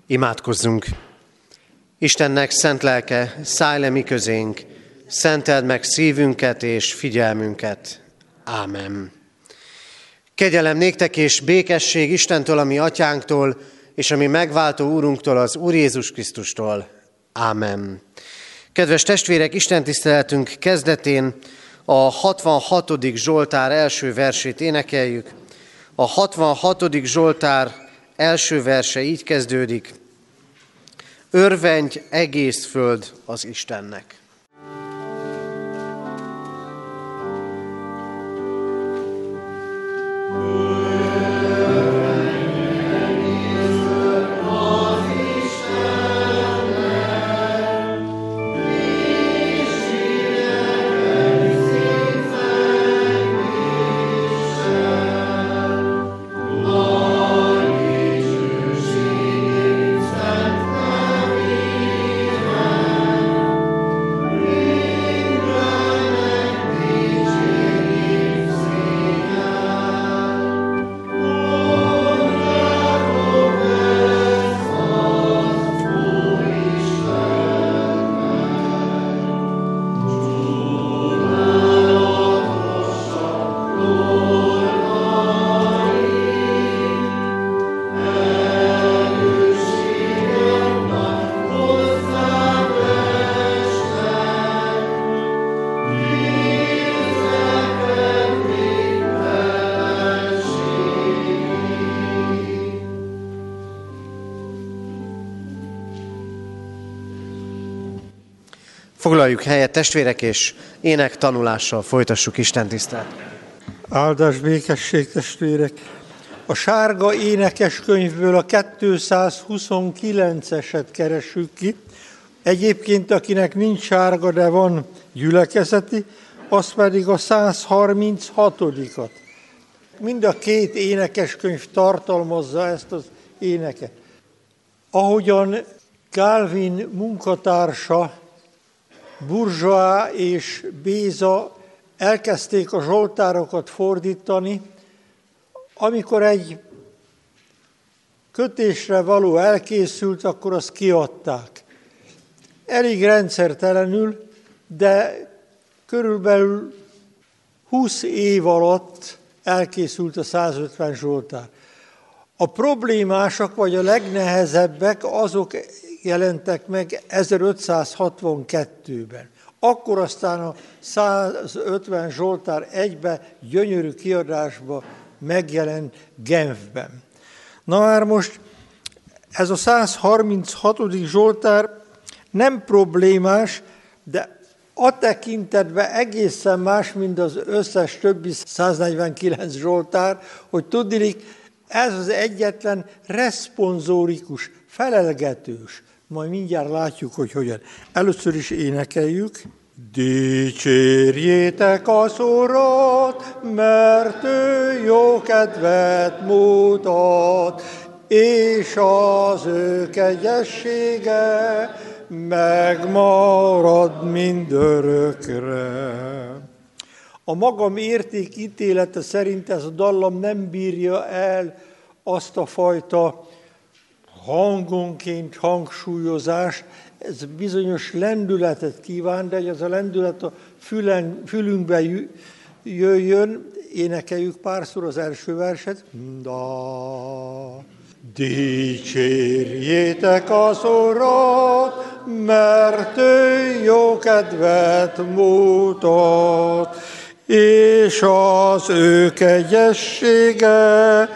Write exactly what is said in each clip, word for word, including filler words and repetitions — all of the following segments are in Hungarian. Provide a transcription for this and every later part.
Imádkozzunk! Istennek szent lelke, szállj le mi közénk, szenteld meg szívünket és figyelmünket. Ámen. Kegyelem néktek és békesség Istentől, a mi atyánktól, és a mi megváltó úrunktól, az Úr Jézus Krisztustól. Ámen. Kedves testvérek, istentiszteletünk kezdetén a hatvanhatodik Zsoltár első versét énekeljük. A hatvanhatodik Zsoltár első verse így kezdődik: Örvendj egész föld az Istennek. Foglaljuk helyet, testvérek, és ének tanulással folytassuk istentiszteletet. Áldás, békesség, testvérek! A sárga énekeskönyvből a kétszázhuszonkilenceset keressük ki. Egyébként, akinek nincs sárga, de van gyülekezeti, az pedig a százharminchatodikat. Mind a két énekeskönyv tartalmazza ezt az éneket. Ahogyan Calvin munkatársa, Bourgeois és Béza elkezdték a zsoltárokat fordítani, amikor egy kötésre való elkészült, akkor azt kiadták. Elég rendszertelenül, de körülbelül húsz év alatt elkészült a százötven zsoltár. A problémásak, vagy a legnehezebbek, azok jelentek meg ezerötszázhatvankettőben. Akkor aztán a százötven Zsoltár egybe gyönyörű kiadásba megjelent Genfben. Na már most ez a százharminchatodik Zsoltár nem problémás, de a tekintetben egészen más, mint az összes többi száznegyvenkilenc Zsoltár, hogy tudniillik, ez az egyetlen reszponzórikus, felelgetős. Majd mindjárt látjuk, hogy hogyan. Először is énekeljük. Dicsérjétek az Urat, mert ő jó kedvet mutat, és az ő kegyessége megmarad mindörökre. A magam értékítélete szerint ez a dallam nem bírja el azt a fajta hangonként hangsúlyozás, ez bizonyos lendületet kíván, de hogy ez a lendület a fülen, fülünkbe jöjjön, énekeljük párszor az első verset. Da. Dicsérjétek az Urat, mert ő jó kedvet mutat, és az ő kegyessége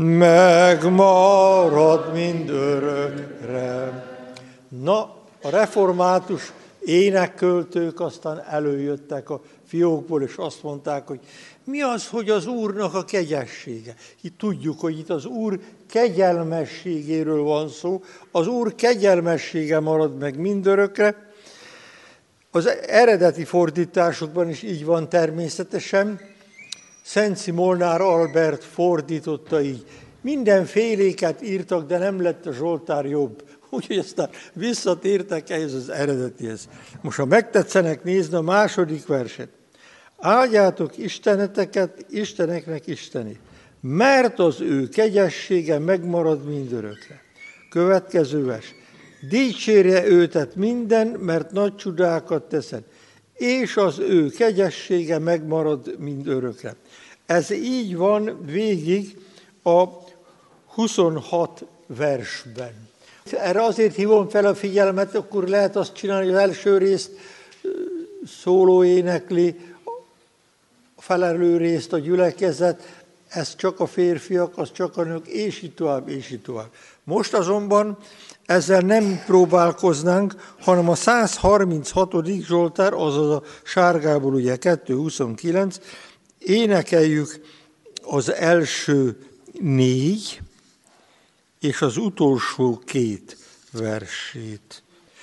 megmarad mindörökre. Na, a református énekköltők aztán előjöttek a fiókból, és azt mondták, hogy mi az, hogy az Úrnak a kegyessége? Itt tudjuk, hogy itt az Úr kegyelmességéről van szó, az Úr kegyelmessége marad meg mindörökre. Az eredeti fordításokban is így van természetesen. Szentszi Molnár Albert fordította így. Mindenféléket írtak, de nem lett a Zsoltár jobb. Úgyhogy aztán visszatértek ehhez az eredetihez. Most, ha megtetszenek nézni a második verset. Áldjátok isteneteket, isteneknek isteni, mert az ő kegyessége megmarad mindörökre. Következő vers. Dicsérje őtet minden, mert nagy csodákat teszed, és az ő kegyessége megmarad mindörökre. Ez így van végig a huszonhat versben. Erre azért hívom fel a figyelmet, akkor lehet azt csinálni, hogy az első részt szóló énekli, a felelő részt a gyülekezet, ez csak a férfiak, az csak a nők, és így tovább, és így tovább. Most azonban ezzel nem próbálkoznánk, hanem a száz harminchatodik Zsoltár, azaz a sárgából ugye kettő huszonkilenc, énekeljük az első négy, és az utolsó két versét.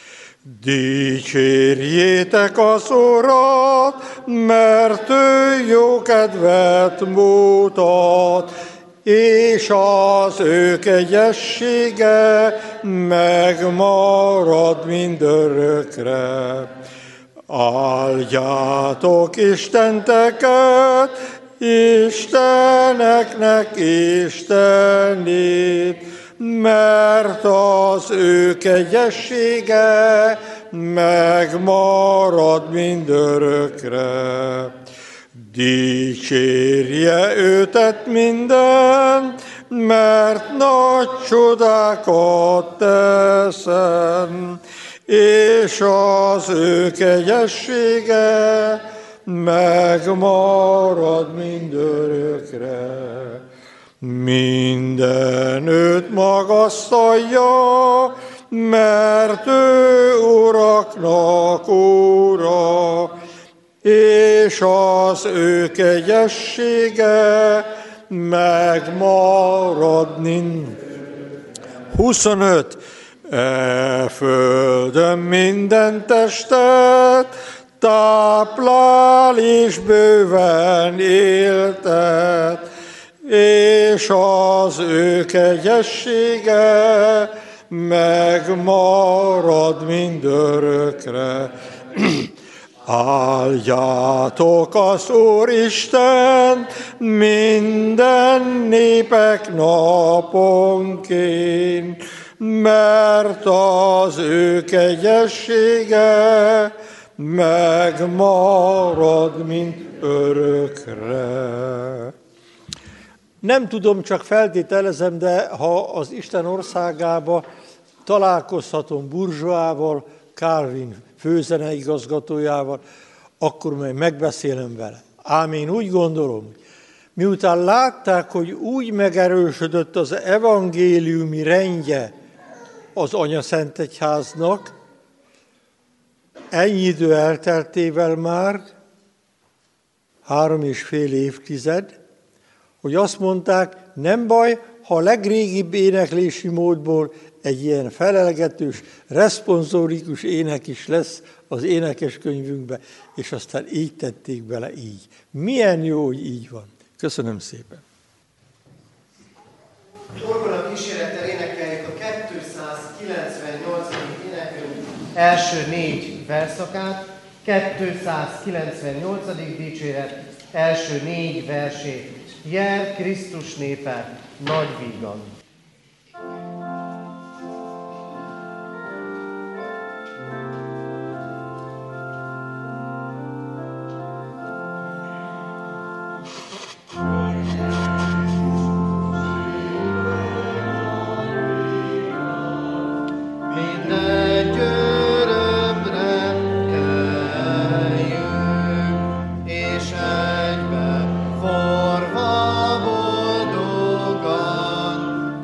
Dicsérjétek az Urat, mert ő jó kedvet mutat, és az ő kegyessége megmarad mindörökre. Áldjátok Istenteket, Isteneknek Istenét, mert az ő kegyessége megmarad mindörökre. Dicsérje őtet minden, mert nagy csodákat teszen, és az ő kegyessége megmarad mindörökre. Mindenütt magasztalja, mert ő uraknak ura, és az ő kegyessége megmarad mindörökre. huszonöt. E földön minden testet táplál és bőven éltet, és az ő kegyessége megmarad mindörökre. Áldjátok az Úristen minden népek naponként, mert az ő kegyessége megmarad mindörökre. Nem tudom, csak feltételezem, de ha az Isten országába találkozhatom burzsóával, Calvin főzene igazgatójával, akkor majd megbeszélem vele. Ám én úgy gondolom, miután látták, hogy úgy megerősödött az evangéliumi rendje az Anyaszentegyháznak, ennyi idő elteltével már, három és fél évtized, hogy azt mondták, nem baj, ha a legrégibb éneklési módból egy ilyen felelgetős, reszponzorikus ének is lesz az énekeskönyvünkbe, és aztán így tették bele így. Milyen jó, hogy így van. Köszönöm szépen. Orgona kísérettel énekeljük a kétszázkilencvennyolcadik énekünk első négy verszakát, kétszázkilencvennyolcadik dicséret első négy versét. Jel Krisztus népe nagy vígan. Forva boldogan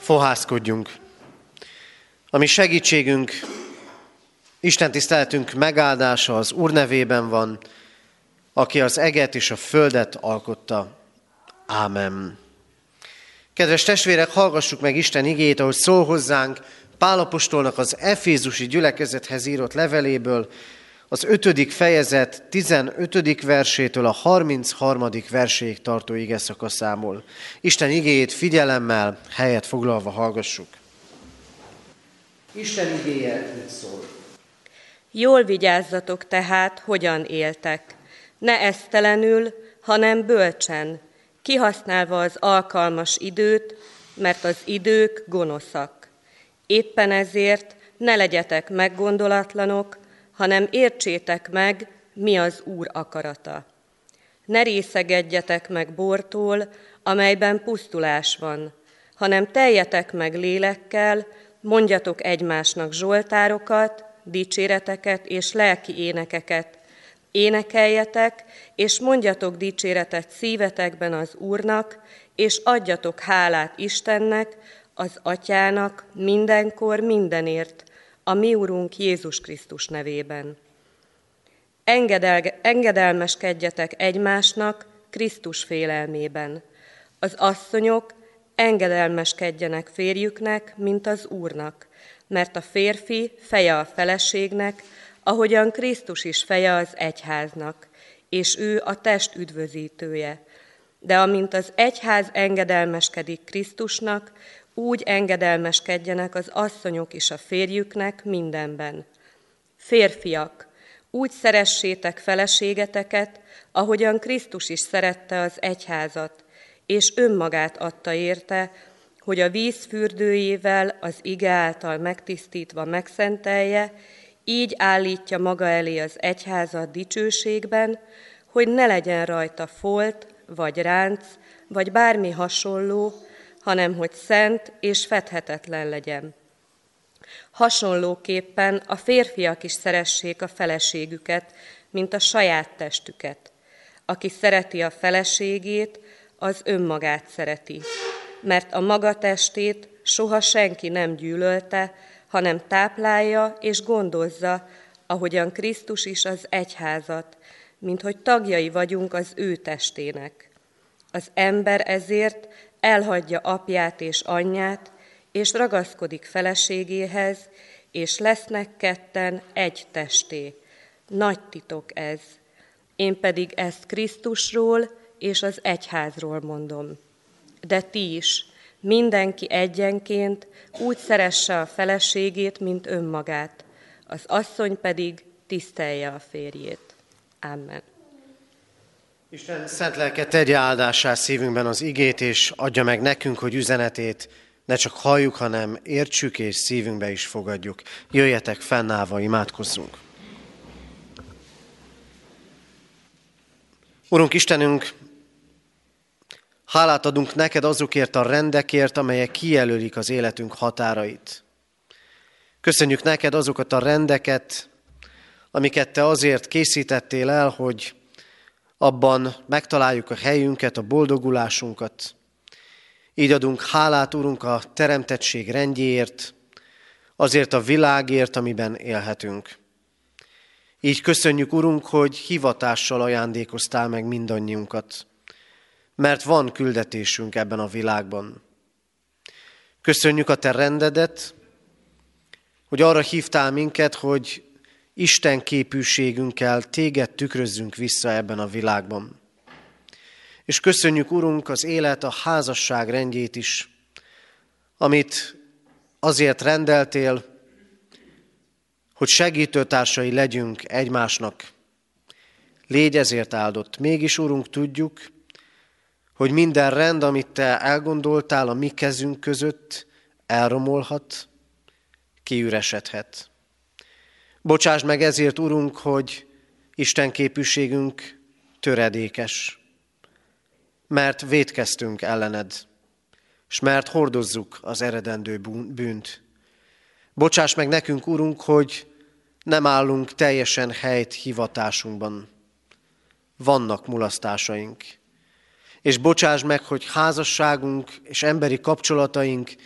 Fohászkodjunk. A mi segítségünk, Isten tiszteletünk megáldása az Úr nevében van, aki az eget és a földet alkotta. Ámen. Kedves testvérek, hallgassuk meg Isten igéjét, ahogy szól hozzánk Pál apostolnak az efézusi gyülekezethez írott leveléből, az ötödik fejezet tizenötödik versétől a harmincharmadik verséig tartó igeszakaszából. Isten igéjét figyelemmel, helyet foglalva hallgassuk. Isten igéje így szól. Jól vigyázzatok tehát, hogyan éltek. Ne esztelenül, hanem bölcsen, kihasználva az alkalmas időt, mert az idők gonoszak. Éppen ezért ne legyetek meggondolatlanok, hanem értsétek meg, mi az Úr akarata. Ne részegedjetek meg bortól, amelyben pusztulás van, hanem teljetek meg lélekkel, mondjatok egymásnak zsoltárokat, dicséreteket és lelki énekeket. Énekeljetek, és mondjatok dicséretet szívetekben az Úrnak, és adjatok hálát Istennek, az Atyának mindenkor mindenért, a mi Urunk Jézus Krisztus nevében. Engedel, engedelmeskedjetek egymásnak Krisztus félelmében. Az asszonyok engedelmeskedjenek férjüknek, mint az Úrnak, mert a férfi feje a feleségnek, ahogyan Krisztus is feje az egyháznak, és ő a test üdvözítője. De amint az egyház engedelmeskedik Krisztusnak, úgy engedelmeskedjenek az asszonyok is a férjüknek mindenben. Férfiak, úgy szeressétek feleségeteket, ahogyan Krisztus is szerette az egyházat, és önmagát adta érte, hogy a víz fürdőjével az ige által megtisztítva megszentelje, így állítja maga elé az egyházat dicsőségben, hogy ne legyen rajta folt, vagy ránc, vagy bármi hasonló, hanem hogy szent és fedhetetlen legyen. Hasonlóképpen a férfiak is szeressék a feleségüket, mint a saját testüket. Aki szereti a feleségét, az önmagát szereti, mert a maga testét soha senki nem gyűlölte, hanem táplálja és gondozza, ahogyan Krisztus is az egyházat, mint hogy tagjai vagyunk az ő testének. Az ember ezért elhagyja apját és anyját, és ragaszkodik feleségéhez, és lesznek ketten egy testé. Nagy titok ez. Én pedig ezt Krisztusról és az egyházról mondom. De ti is, mindenki egyenként úgy szeresse a feleségét, mint önmagát, az asszony pedig tisztelje a férjét. Amen. Isten szent lelke tegye áldássá szívünkben az igét, és adja meg nekünk, hogy üzenetét ne csak halljuk, hanem értsük és szívünkbe is fogadjuk. Jöjjetek fennállva, imádkozzunk. Urunk Istenünk, hálát adunk neked azokért a rendekért, amelyek kijelölik az életünk határait. Köszönjük neked azokat a rendeket, amiket te azért készítettél el, hogy abban megtaláljuk a helyünket, a boldogulásunkat. Így adunk hálát, Urunk, a teremtettség rendjéért, azért a világért, amiben élhetünk. Így köszönjük, Urunk, hogy hivatással ajándékoztál meg mindannyiunkat, mert van küldetésünk ebben a világban. Köszönjük a te rendedet, hogy arra hívtál minket, hogy Isten képűségünkkel téged tükrözzünk vissza ebben a világban. És köszönjük, Urunk, az élet, a házasság rendjét is, amit azért rendeltél, hogy segítőtársai legyünk egymásnak. Légy ezért áldott. Mégis, Urunk, tudjuk, hogy minden rend, amit te elgondoltál a mi kezünk között, elromolhat, kiüresedhet. Bocsáss meg ezért, Urunk, hogy Isten képűségünk töredékes, mert vétkeztünk ellened, és mert hordozzuk az eredendő bűnt. Bocsáss meg nekünk, Urunk, hogy nem állunk teljesen helyt hivatásunkban. Vannak mulasztásaink. És bocsáss meg, hogy házasságunk és emberi kapcsolataink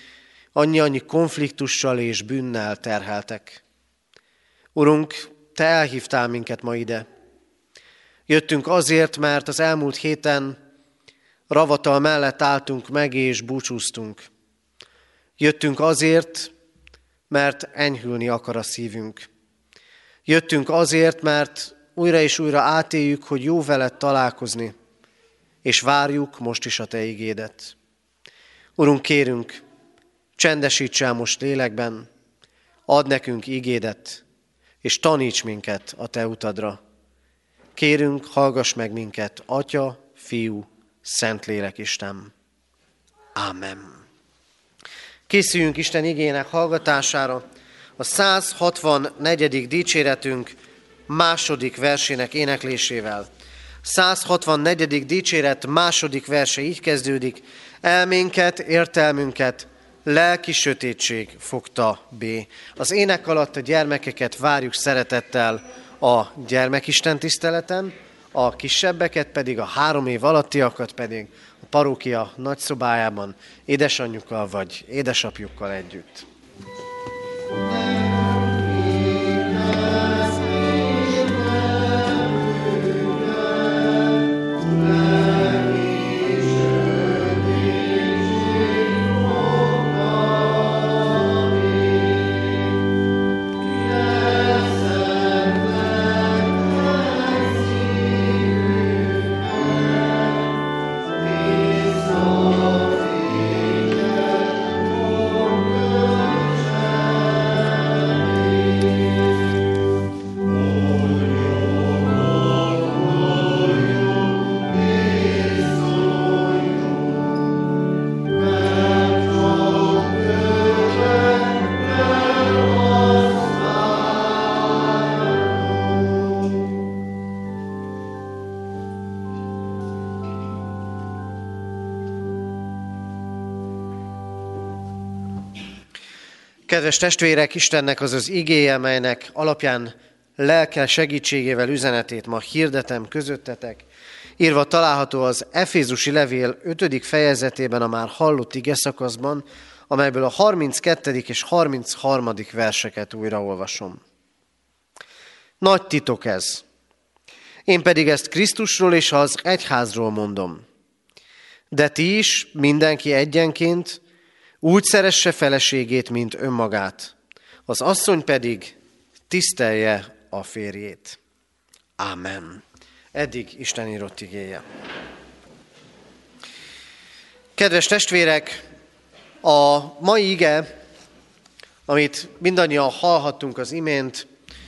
annyi-annyi konfliktussal és bűnnel terheltek. Urunk, Te elhívtál minket ma ide. Jöttünk azért, mert az elmúlt héten ravatal mellett álltunk meg és búcsúztunk. Jöttünk azért, mert enyhülni akar a szívünk. Jöttünk azért, mert újra és újra átéljük, hogy jó veled találkozni, és várjuk most is a Te igédet. Urunk, kérünk, csendesíts el most lélekben, add nekünk igédet, és taníts minket a Te utadra. Kérünk, hallgass meg minket, Atya, Fiú, Szentlélek Isten. Ámen. Készüljünk Isten igének hallgatására. A száz hatvannegyedik dicséretünk második versének éneklésével. száz hatvannegyedik dicséret második verse így kezdődik. Elménket, értelmünket lelki sötétség fogta bé. Az ének alatt a gyermekeket várjuk szeretettel a gyermekisten tiszteleten, a kisebbeket pedig, a három év alattiakat pedig a parókia nagyszobájában édesanyjukkal vagy édesapjukkal együtt. Kedves testvérek, Istennek az az igéje, melynek alapján lelke segítségével üzenetét ma hirdetem közöttetek. Írva található az Efézusi levél ötödik fejezetében a már hallott igeszakaszban, amelyből a harminckettedik és harmincharmadik verseket újraolvasom. Nagy titok ez. Én pedig ezt Krisztusról és az egyházról mondom. De ti is, mindenki egyenként, úgy szeresse feleségét, mint önmagát. Az asszony pedig tisztelje a férjét. Ámen. Eddig Isten írott igéje. Kedves testvérek, a mai ige, amit mindannyian hallhattunk az imént,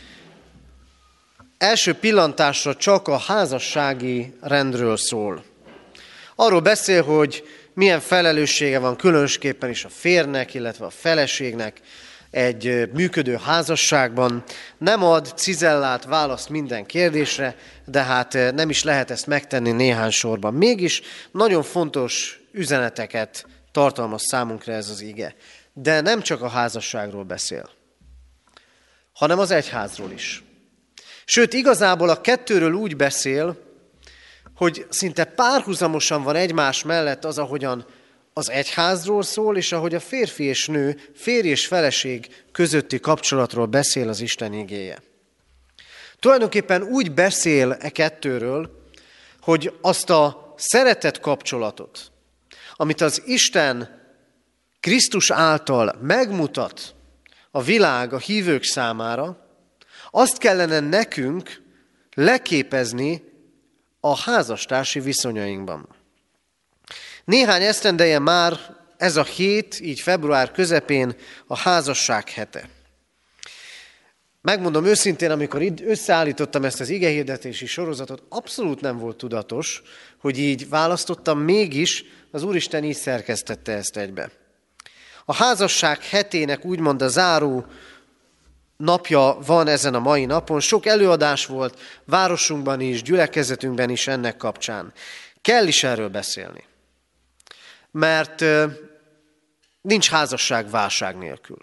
első pillantásra csak a házassági rendről szól. Arról beszél, hogy milyen felelőssége van különösképpen is a férnek, illetve a feleségnek egy működő házasságban. Nem ad cizellált választ minden kérdésre, de hát nem is lehet ezt megtenni néhány sorban. Mégis nagyon fontos üzeneteket tartalmaz számunkra ez az ige. De nem csak a házasságról beszél, hanem az egyházról is. Sőt, igazából a kettőről úgy beszél, hogy szinte párhuzamosan van egymás mellett az, ahogyan az egyházról szól, és ahogy a férfi és nő, férj és feleség közötti kapcsolatról beszél az Isten igéje. Tulajdonképpen úgy beszél e kettőről, hogy azt a szeretet kapcsolatot, amit az Isten Krisztus által megmutat a világ, a hívők számára, azt kellene nekünk leképezni a házastársi viszonyainkban. Néhány esztendeje már ez a hét, így február közepén a házasság hete. Megmondom őszintén, amikor összeállítottam ezt az igehirdetési sorozatot, abszolút nem volt tudatos, hogy így választottam, mégis az Úristen így szerkesztette ezt egybe. A házasság hetének úgymond a záró napja van ezen a mai napon. Sok előadás volt városunkban is, gyülekezetünkben is ennek kapcsán. Kell is erről beszélni. Mert nincs házasság válság nélkül.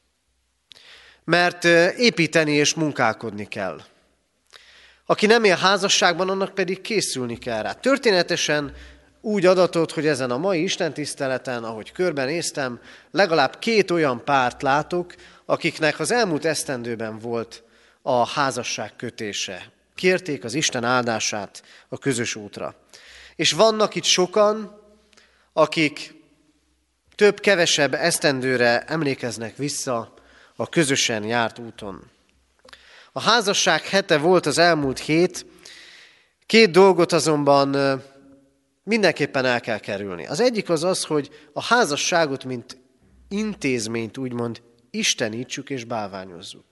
Mert építeni és munkálkodni kell. Aki nem él házasságban, annak pedig készülni kell rá. Történetesen úgy adatott, hogy ezen a mai istentiszteleten, ahogy körbenéztem, legalább két olyan párt látok, akiknek az elmúlt esztendőben volt a házasság kötése. Kérték az Isten áldását a közös útra. És vannak itt sokan, akik több-kevesebb esztendőre emlékeznek vissza a közösen járt úton. A házasság hete volt az elmúlt hét, két dolgot azonban mindenképpen el kell kerülni. Az egyik az az, hogy a házasságot, mint intézményt úgymond istenítsük és bálványozzuk.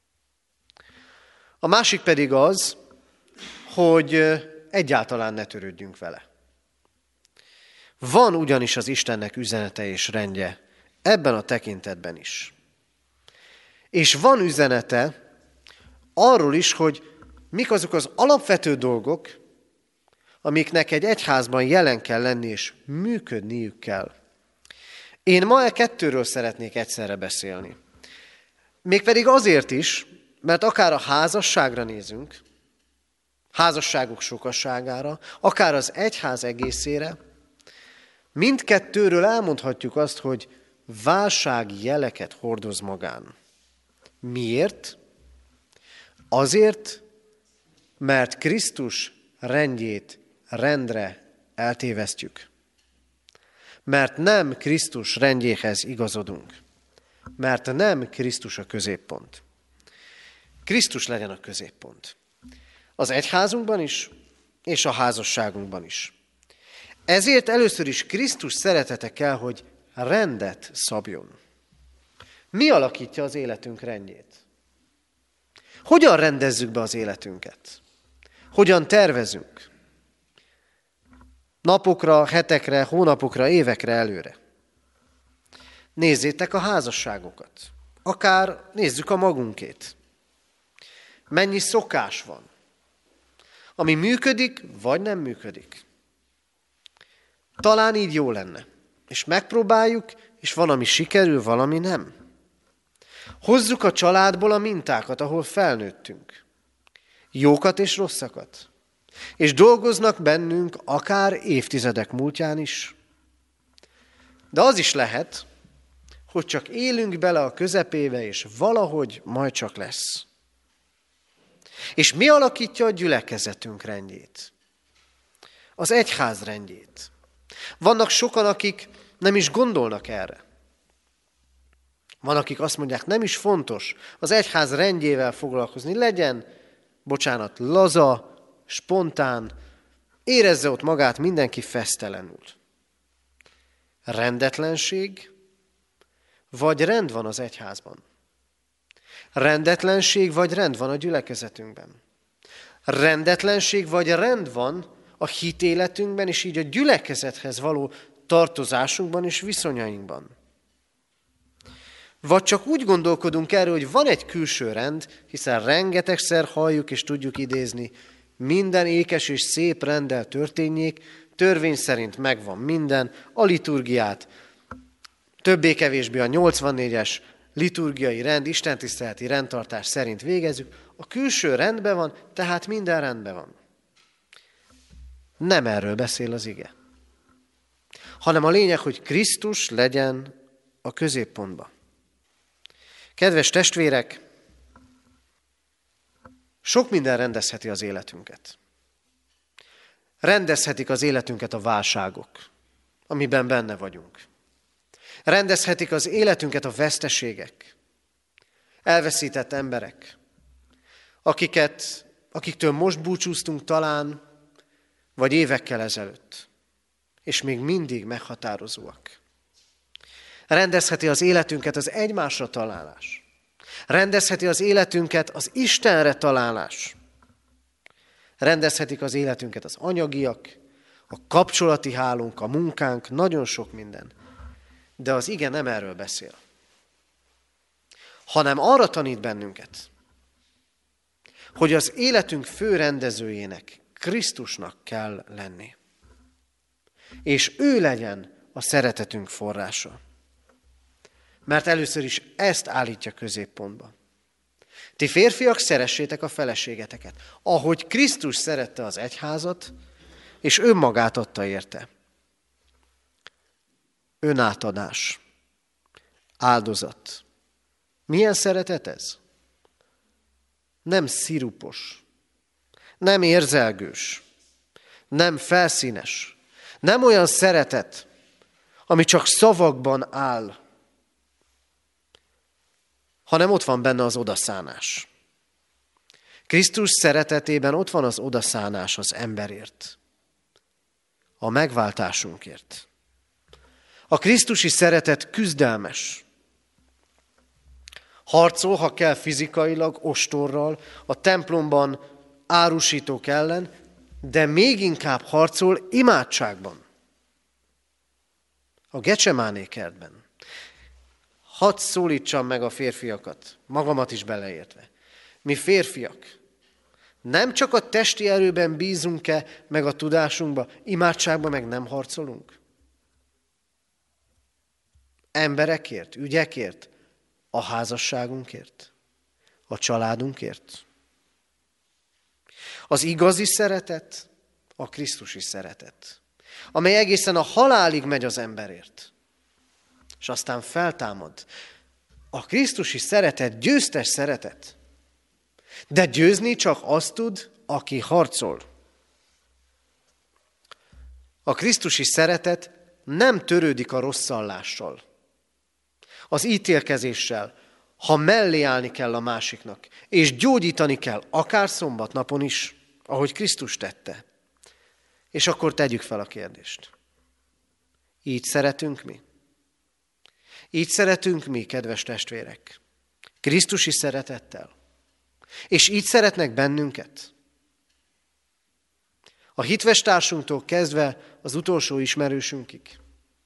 A másik pedig az, hogy egyáltalán ne törődjünk vele. Van ugyanis az Istennek üzenete és rendje ebben a tekintetben is. És van üzenete arról is, hogy mik azok az alapvető dolgok, amiknek egy egyházban jelen kell lenni és működniük kell. Én ma e kettőről szeretnék egyszerre beszélni. Mégpedig azért is, mert akár a házasságra nézünk, házasságok sokasságára, akár az egyház egészére, mindkettőről elmondhatjuk azt, hogy válságjeleket hordoz magán. Miért? Azért, mert Krisztus rendjét rendre eltévesztjük. Mert nem Krisztus rendjéhez igazodunk. Mert nem Krisztus a középpont. Krisztus legyen a középpont. Az egyházunkban is, és a házasságunkban is. Ezért először is Krisztus szeretete kell, hogy rendet szabjon. Mi alakítja az életünk rendjét? Hogyan rendezzük be az életünket? Hogyan tervezünk? Napokra, hetekre, hónapokra, évekre előre. Nézzétek a házasságokat. Akár nézzük a magunkét. Mennyi szokás van, ami működik, vagy nem működik. Talán így jó lenne. És megpróbáljuk, és valami sikerül, valami nem. Hozzuk a családból a mintákat, ahol felnőttünk. Jókat és rosszakat. És dolgoznak bennünk akár évtizedek múltján is. De az is lehet, hogy csak élünk bele a közepébe, és valahogy majd csak lesz. És mi alakítja a gyülekezetünk rendjét? Az egyház rendjét. Vannak sokan, akik nem is gondolnak erre. Van, akik azt mondják, nem is fontos az egyház rendjével foglalkozni. Legyen, bocsánat, laza, spontán, érezze ott magát mindenki fesztelenül. Rendetlenség, vagy rend van az egyházban? Rendetlenség, vagy rend van a gyülekezetünkben? Rendetlenség, vagy rend van a hitéletünkben, és így a gyülekezethez való tartozásunkban és viszonyainkban? Vagy csak úgy gondolkodunk erről, hogy van egy külső rend, hiszen rengetegszer halljuk és tudjuk idézni, minden ékes és szép renddel történjék, törvény szerint megvan minden, a liturgiát, többé-kevésbé a nyolcvannégyes liturgiai rend, istentiszteleti rendtartás szerint végezzük, a külső rendben van, tehát minden rendben van. Nem erről beszél az ige, hanem a lényeg, hogy Krisztus legyen a középpontban. Kedves testvérek, sok minden rendezheti az életünket. Rendezhetik az életünket a válságok, amiben benne vagyunk. Rendezhetik az életünket a veszteségek, elveszített emberek, akiket, akiktől most búcsúztunk talán, vagy évekkel ezelőtt, és még mindig meghatározóak. Rendezheti az életünket az egymásra találás. Rendezheti az életünket az Istenre találás. Rendezhetik az életünket az anyagiak, a kapcsolati hálónk, a munkánk, nagyon sok minden. De az ige nem erről beszél, hanem arra tanít bennünket, hogy az életünk fő rendezőjének, Krisztusnak kell lenni. És ő legyen a szeretetünk forrása. Mert először is ezt állítja középpontba. Ti férfiak, szeressétek a feleségeteket, ahogy Krisztus szerette az egyházat, és önmagát adta érte. önátadás, áldozat. Milyen szeretet ez? Nem szirupos, nem érzelgős, nem felszínes, nem olyan szeretet, ami csak szavakban áll, hanem ott van benne az odaszánás. Krisztus szeretetében ott van az odaszánás az emberért, a megváltásunkért. A krisztusi szeretet küzdelmes. Harcol, ha kell fizikailag, ostorral, a templomban árusítók ellen, de még inkább harcol imádságban. A Gecsemáné kertben. Hadd szólítsam meg a férfiakat, magamat is beleértve. Mi férfiak nem csak a testi erőben bízunk-e, meg a tudásunkba, imádságban meg nem harcolunk? Emberekért, ügyekért, a házasságunkért, a családunkért. Az igazi szeretet, a krisztusi szeretet, amely egészen a halálig megy az emberért, és aztán feltámad. A krisztusi szeretet győztes szeretet, de győzni csak azt tud, aki harcol. A krisztusi szeretet nem törődik a rosszallással, az ítélkezéssel, ha mellé állni kell a másiknak, és gyógyítani kell, akár szombatnapon is, ahogy Krisztus tette. És akkor tegyük fel a kérdést. Így szeretünk mi? Így szeretünk mi, kedves testvérek? Krisztusi szeretettel? És így szeretnek bennünket? A hitvestársunktól kezdve az utolsó ismerősünkig?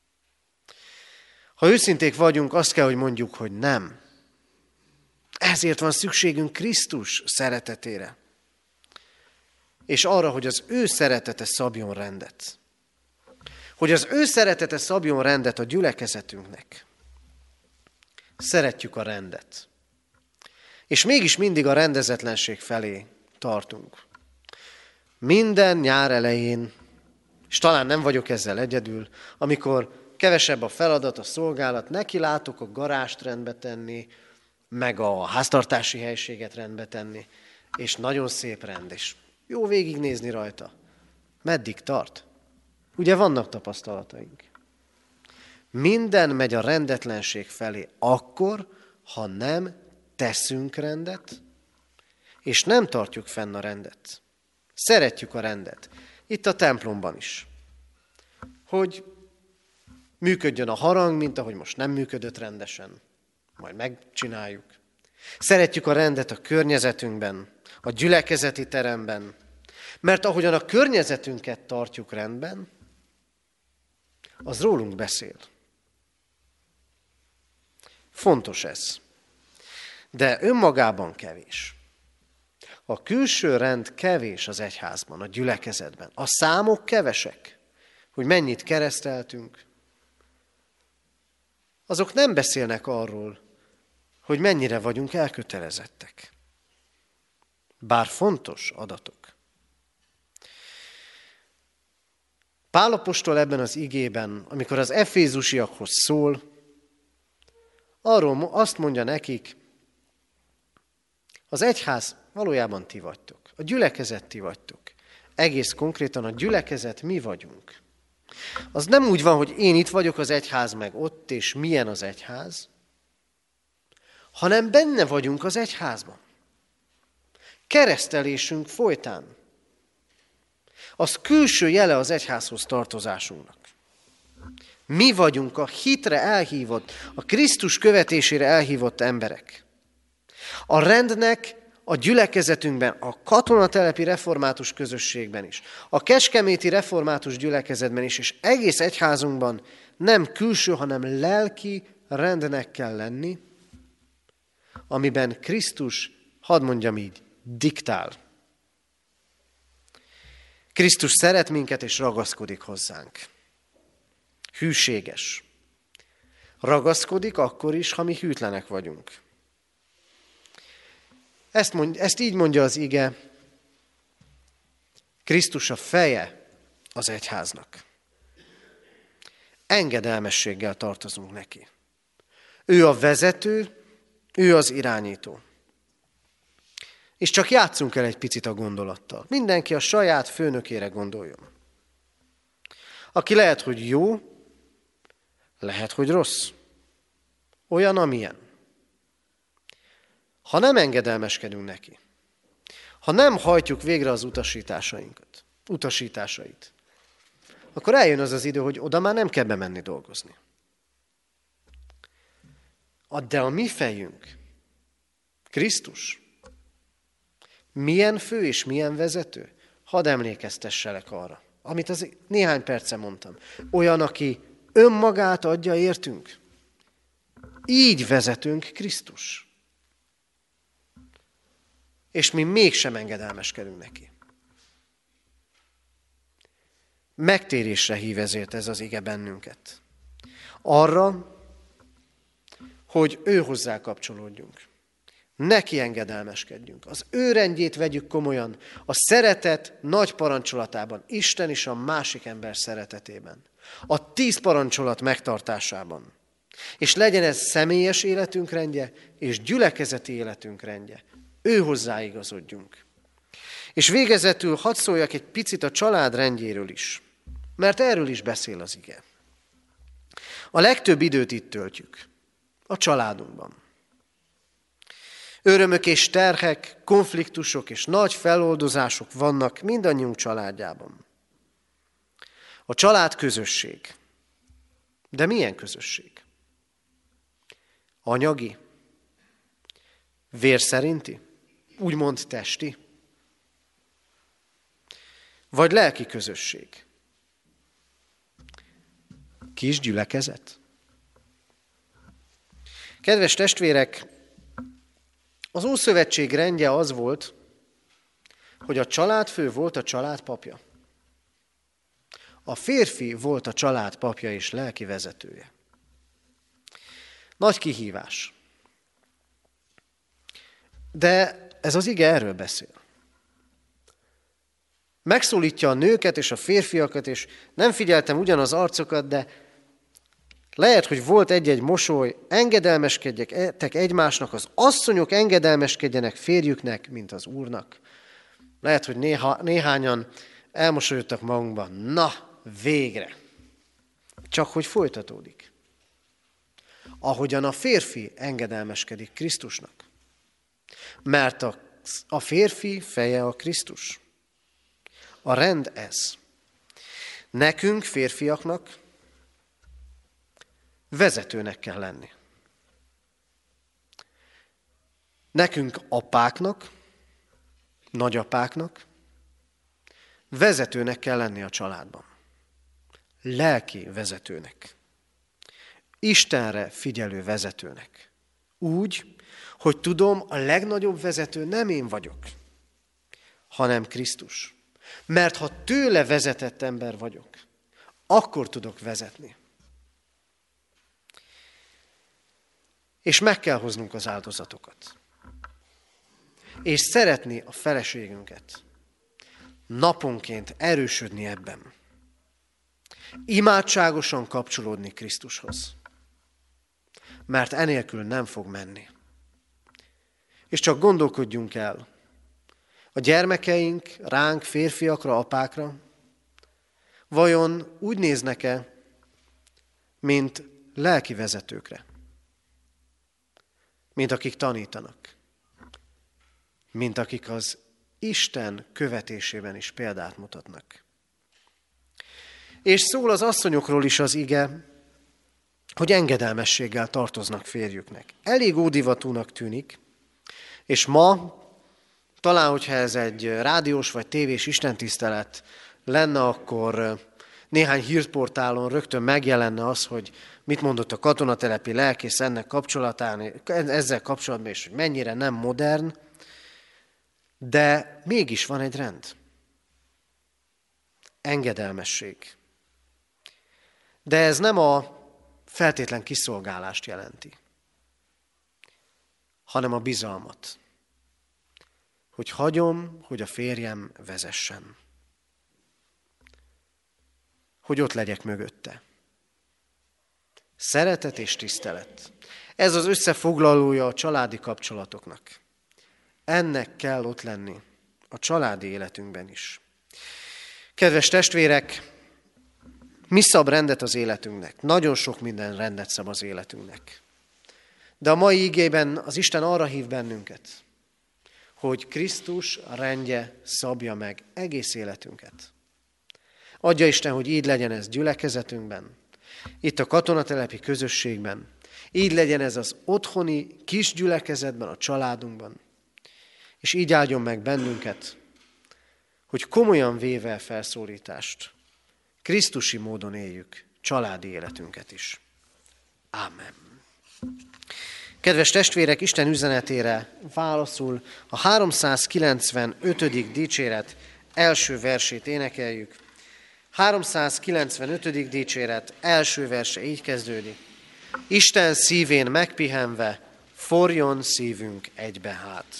Ha őszinték vagyunk, azt kell, hogy mondjuk, hogy nem. Ezért van szükségünk Krisztus szeretetére. És arra, hogy az ő szeretete szabjon rendet. Hogy az ő szeretete szabjon rendet a gyülekezetünknek. Szeretjük a rendet. És mégis mindig a rendezetlenség felé tartunk. Minden nyár elején, és talán nem vagyok ezzel egyedül, amikor kevesebb a feladat, a szolgálat, neki látok a garást rendbe tenni, meg a háztartási helyiséget rendbe tenni, és nagyon szép rend, és jó végignézni rajta. Meddig tart? Ugye vannak tapasztalataink. Minden megy a rendetlenség felé akkor, ha nem teszünk rendet, és nem tartjuk fenn a rendet. Szeretjük a rendet. Itt a templomban is. Hogy működjön a harang, mint ahogy most nem működött rendesen. Majd megcsináljuk. Szeretjük a rendet a környezetünkben, a gyülekezeti teremben, mert ahogyan a környezetünket tartjuk rendben, az rólunk beszél. Fontos ez. De önmagában kevés. A külső rend kevés az egyházban, a gyülekezetben. A számok kevesek, hogy mennyit kereszteltünk. Azok nem beszélnek arról, hogy mennyire vagyunk elkötelezettek. Bár fontos adatok. Pál apostol ebben az igében, amikor az efézusiakhoz szól, arról azt mondja nekik, az egyház valójában ti vagytok, a gyülekezet ti vagytok. Egész konkrétan a gyülekezet mi vagyunk. Az nem úgy van, hogy én itt vagyok, az egyház meg ott, és milyen az egyház, hanem benne vagyunk az egyházban. Keresztelésünk folytán. Az külső jele az egyházhoz tartozásunknak. Mi vagyunk a hitre elhívott, a Krisztus követésére elhívott emberek. A rendnek a gyülekezetünkben, a katonatelepi református közösségben is, a kecskeméti református gyülekezetben is, és egész egyházunkban nem külső, hanem lelki rendnek kell lenni, amiben Krisztus, hadd mondjam így, diktál. Krisztus szeret minket és ragaszkodik hozzánk. Hűséges. Ragaszkodik akkor is, ha mi hűtlenek vagyunk. Ezt, mond, ezt így mondja az ige, Krisztus a feje az egyháznak. engedelmességgel tartozunk neki. Ő a vezető, ő az irányító. És csak játszunk el egy picit a gondolattal. Mindenki a saját főnökére gondoljon. Aki lehet, hogy jó, lehet, hogy rossz. Olyan, amilyen. Ha nem engedelmeskedünk neki, ha nem hajtjuk végre az utasításainkat, utasításait, akkor eljön az az idő, hogy oda már nem kell bemenni dolgozni. De a mi fejünk, Krisztus, milyen fő és milyen vezető? Hadd emlékeztesselek arra, amit az néhány perce mondtam. Olyan, aki önmagát adja értünk. Így vezetünk Krisztus. És mi mégsem engedelmeskedünk neki. Megtérésre hív ezért ez az ige bennünket. Arra, hogy ő hozzá kapcsolódjunk. Neki engedelmeskedjünk. Az ő rendjét vegyük komolyan. A szeretet nagy parancsolatában. Isten is a másik ember szeretetében. A tíz parancsolat megtartásában. És legyen ez személyes életünk rendje, és gyülekezeti életünk rendje. Ő hozzáigazodjunk. És végezetül hadd szóljak egy picit a család rendjéről is. Mert erről is beszél az ige. A legtöbb időt itt töltjük. A családunkban. Örömök és terhek, konfliktusok és nagy feloldozások vannak mindannyiunk családjában. A család közösség. De milyen közösség? Anyagi? Vér szerinti? Úgymond testi? Vagy lelki közösség? Kis gyülekezet? Kedves testvérek, az Ószövetség rendje az volt, hogy a családfő volt a család papja. A férfi volt a család papja és lelki vezetője. Nagy kihívás. De ez az ige erről beszél. Megszólítja a nőket és a férfiakat, és nem figyeltem ugyanaz arcokat, de lehet, hogy volt egy-egy mosoly, engedelmeskedjetek egymásnak, az asszonyok engedelmeskedjenek férjüknek, mint az Úrnak. Lehet, hogy néha, néhányan elmosolyodtak magunkban. Na, végre! Csak hogy folytatódik. Ahogyan a férfi engedelmeskedik Krisztusnak. Mert a, a férfi feje a Krisztus. A rend ez. Nekünk, férfiaknak, vezetőnek kell lenni. Nekünk apáknak, nagyapáknak vezetőnek kell lenni a családban. Lelki vezetőnek. Istenre figyelő vezetőnek. Úgy, hogy tudom, a legnagyobb vezető nem én vagyok, hanem Krisztus. Mert ha tőle vezetett ember vagyok, akkor tudok vezetni. És meg kell hoznunk az áldozatokat. És szeretni a feleségünket. Naponként erősödni ebben. Imádságosan kapcsolódni Krisztushoz. Mert enélkül nem fog menni. És csak gondolkodjunk el. A gyermekeink ránk, férfiakra, apákra, vajon úgy néznek-e, mint lelki vezetőkre? Mint akik tanítanak. Mint akik az Isten követésében is példát mutatnak. És szól az asszonyokról is az ige, hogy engedelmességgel tartoznak férjüknek. Elég ódivatúnak tűnik, és ma, talán, hogyha ez egy rádiós vagy tévés istentisztelet lenne, akkor néhány hírportálon rögtön megjelenne az, hogy mit mondott a katonatelepi lelkész ennek kapcsolatán, ezzel kapcsolatban, és hogy mennyire nem modern, de mégis van egy rend. Engedelmesség. De ez nem a feltétlen kiszolgálást jelenti, hanem a bizalmat. Hogy hagyom, hogy a férjem vezessen. Hogy ott legyek mögötte. Szeretet és tisztelet. Ez az összefoglalója a családi kapcsolatoknak. Ennek kell ott lenni a családi életünkben is. Kedves testvérek, mi szab rendet az életünknek? Nagyon sok minden rendet szab az életünknek. De a mai igében az Isten arra hív bennünket, hogy Krisztus rendje szabja meg egész életünket. Adja Isten, hogy így legyen ez gyülekezetünkben, itt a katonatelepi közösségben, így legyen ez az otthoni kis gyülekezetben, a családunkban, és így áldjon meg bennünket, hogy komolyan véve a felszólítást, krisztusi módon éljük családi életünket is. Ámen. Kedves testvérek, Isten üzenetére válaszul a háromszázkilencvenötödik dicséret első versét énekeljük. háromszázkilencvenötödik dicséret első verse így kezdődik. Isten szívén megpihenve, forjon szívünk egybe hát.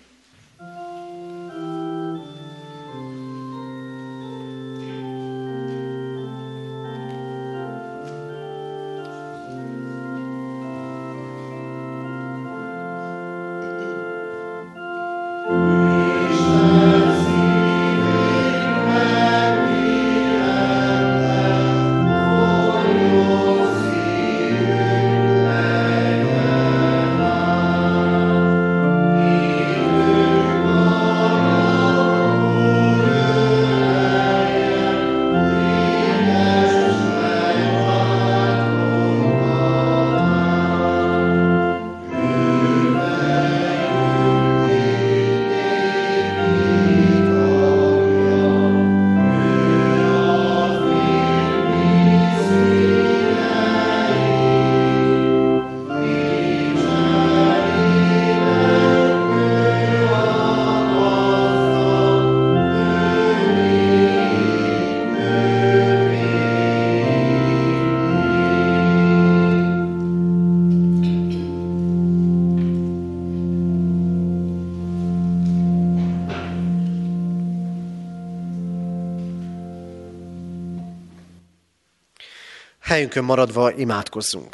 Helyünkön maradva imádkozzunk.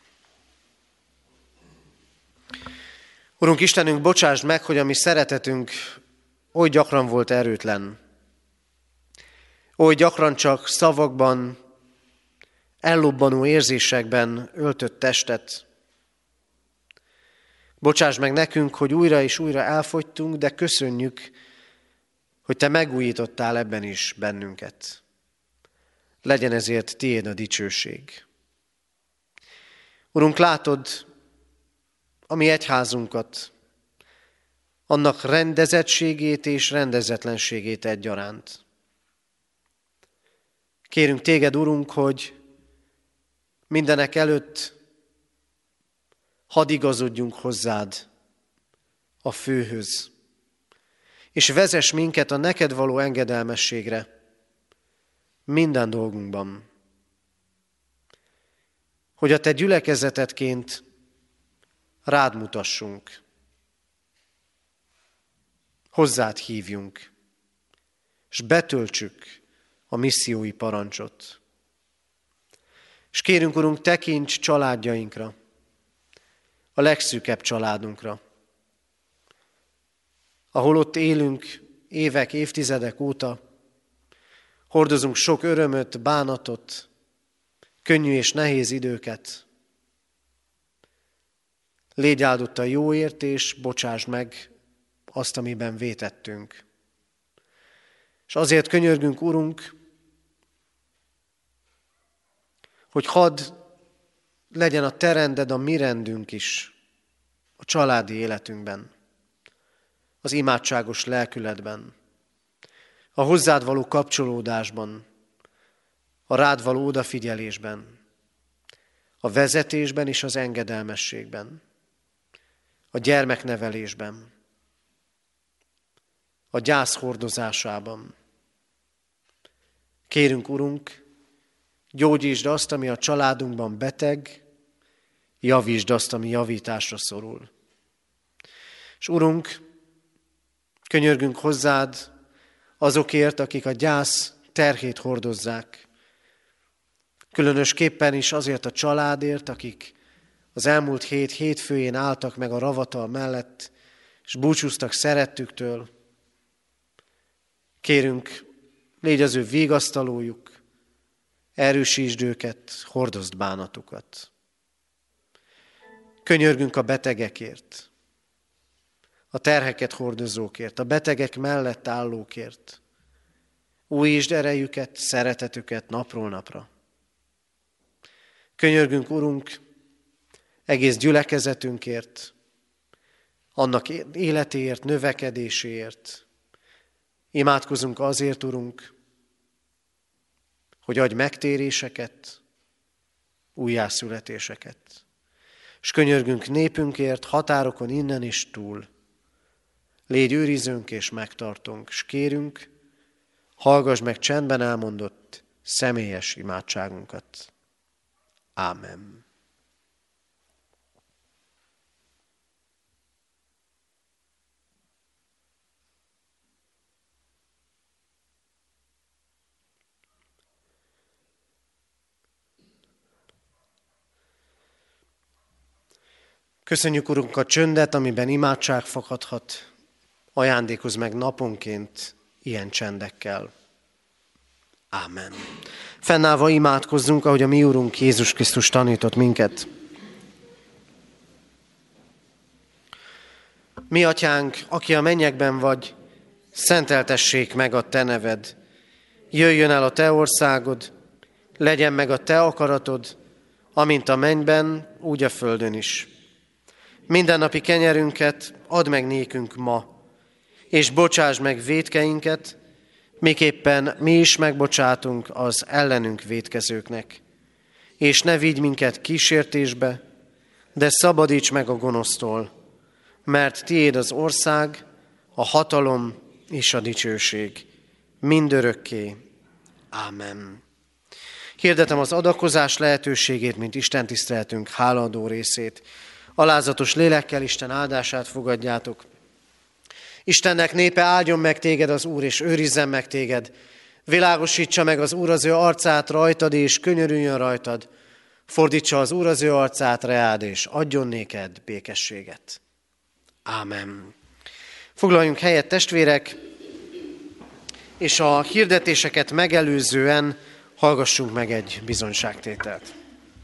Urunk Istenünk, bocsásd meg, hogy a mi szeretetünk oly gyakran volt erőtlen, oly gyakran csak szavakban, ellobbanó érzésekben öltött testet. Bocsásd meg nekünk, hogy újra és újra elfogytunk, de köszönjük, hogy Te megújítottál ebben is bennünket. Legyen ezért tiéd a dicsőség. Urunk, látod a mi egyházunkat, annak rendezettségét és rendezetlenségét egyaránt. Kérünk téged, Urunk, hogy mindenek előtt hadd igazodjunk hozzád, a főhöz, és vezess minket a neked való engedelmességre, minden dolgunkban, hogy a te gyülekezetetként rád mutassunk, hozzád hívjunk, és betöltsük a missziói parancsot. És kérünk, Urunk, tekints családjainkra, a legszűkebb családunkra, ahol ott élünk évek, évtizedek óta, hordozunk sok örömöt, bánatot, könnyű és nehéz időket. Légy áldott a jóért, és bocsásd meg azt, amiben vétettünk. És azért könyörgünk, Urunk, hogy hadd legyen a te rended, a mi rendünk is a családi életünkben, az imádságos lelkületben, a hozzád való kapcsolódásban, a rád való odafigyelésben, a vezetésben és az engedelmességben, a gyermeknevelésben, a gyász hordozásában. Kérünk, Urunk, gyógyítsd azt, ami a családunkban beteg, javítsd azt, ami javításra szorul. És Urunk, könyörgünk hozzád azokért, akik a gyász terhét hordozzák, Különösképpen is azért a családért, akik az elmúlt hét hétfőjén álltak meg a ravatal mellett, és búcsúztak szerettüktől. Kérünk, légy az ő vigasztalójuk, erősítsd őket, hordozd bánatukat. Könyörgünk a betegekért, a terheket hordozókért, a betegek mellett állókért. Újítsd erejüket, szeretetüket napról napra. Könyörgünk, Urunk, egész gyülekezetünkért, annak életéért, növekedéséért. Imádkozunk azért, Urunk, hogy adj megtéréseket, újjászületéseket. És könyörgünk népünkért, határokon innen és túl. Légy őrizőnk és megtartunk, és kérünk, hallgass meg csendben elmondott személyes imádságunkat. Ámen. Köszönjük, Urunk, a csöndet, amiben imádság fakadhat. Ajándékozz meg naponként ilyen csendekkel. Ámen. Fennállva imádkozzunk, ahogy a mi Urunk Jézus Krisztus tanított minket. Mi Atyánk, aki a mennyekben vagy, szenteltessék meg a Te neved. Jöjjön el a Te országod, legyen meg a Te akaratod, amint a mennyben, úgy a földön is. Mindennapi kenyerünket add meg nékünk ma, és bocsásd meg vétkeinket, miképpen mi is megbocsátunk az ellenünk vétkezőknek. És ne vigy minket kísértésbe, de szabadíts meg a gonosztól, mert tiéd az ország, a hatalom és a dicsőség mindörökké. Ámen. Hirdetem az adakozás lehetőségét, mint Isten tiszteletünk hálaadó részét. Alázatos lélekkel Isten áldását fogadjátok. Istennek népe, áldjon meg téged az Úr, és őrizzen meg téged. Világosítsa meg az Úr az ő arcát rajtad, és könyörüljön rajtad. Fordítsa az Úr az ő arcát reád, és adjon néked békességet. Ámen. Foglaljunk helyet, testvérek, és a hirdetéseket megelőzően hallgassunk meg egy bizonyságtételt.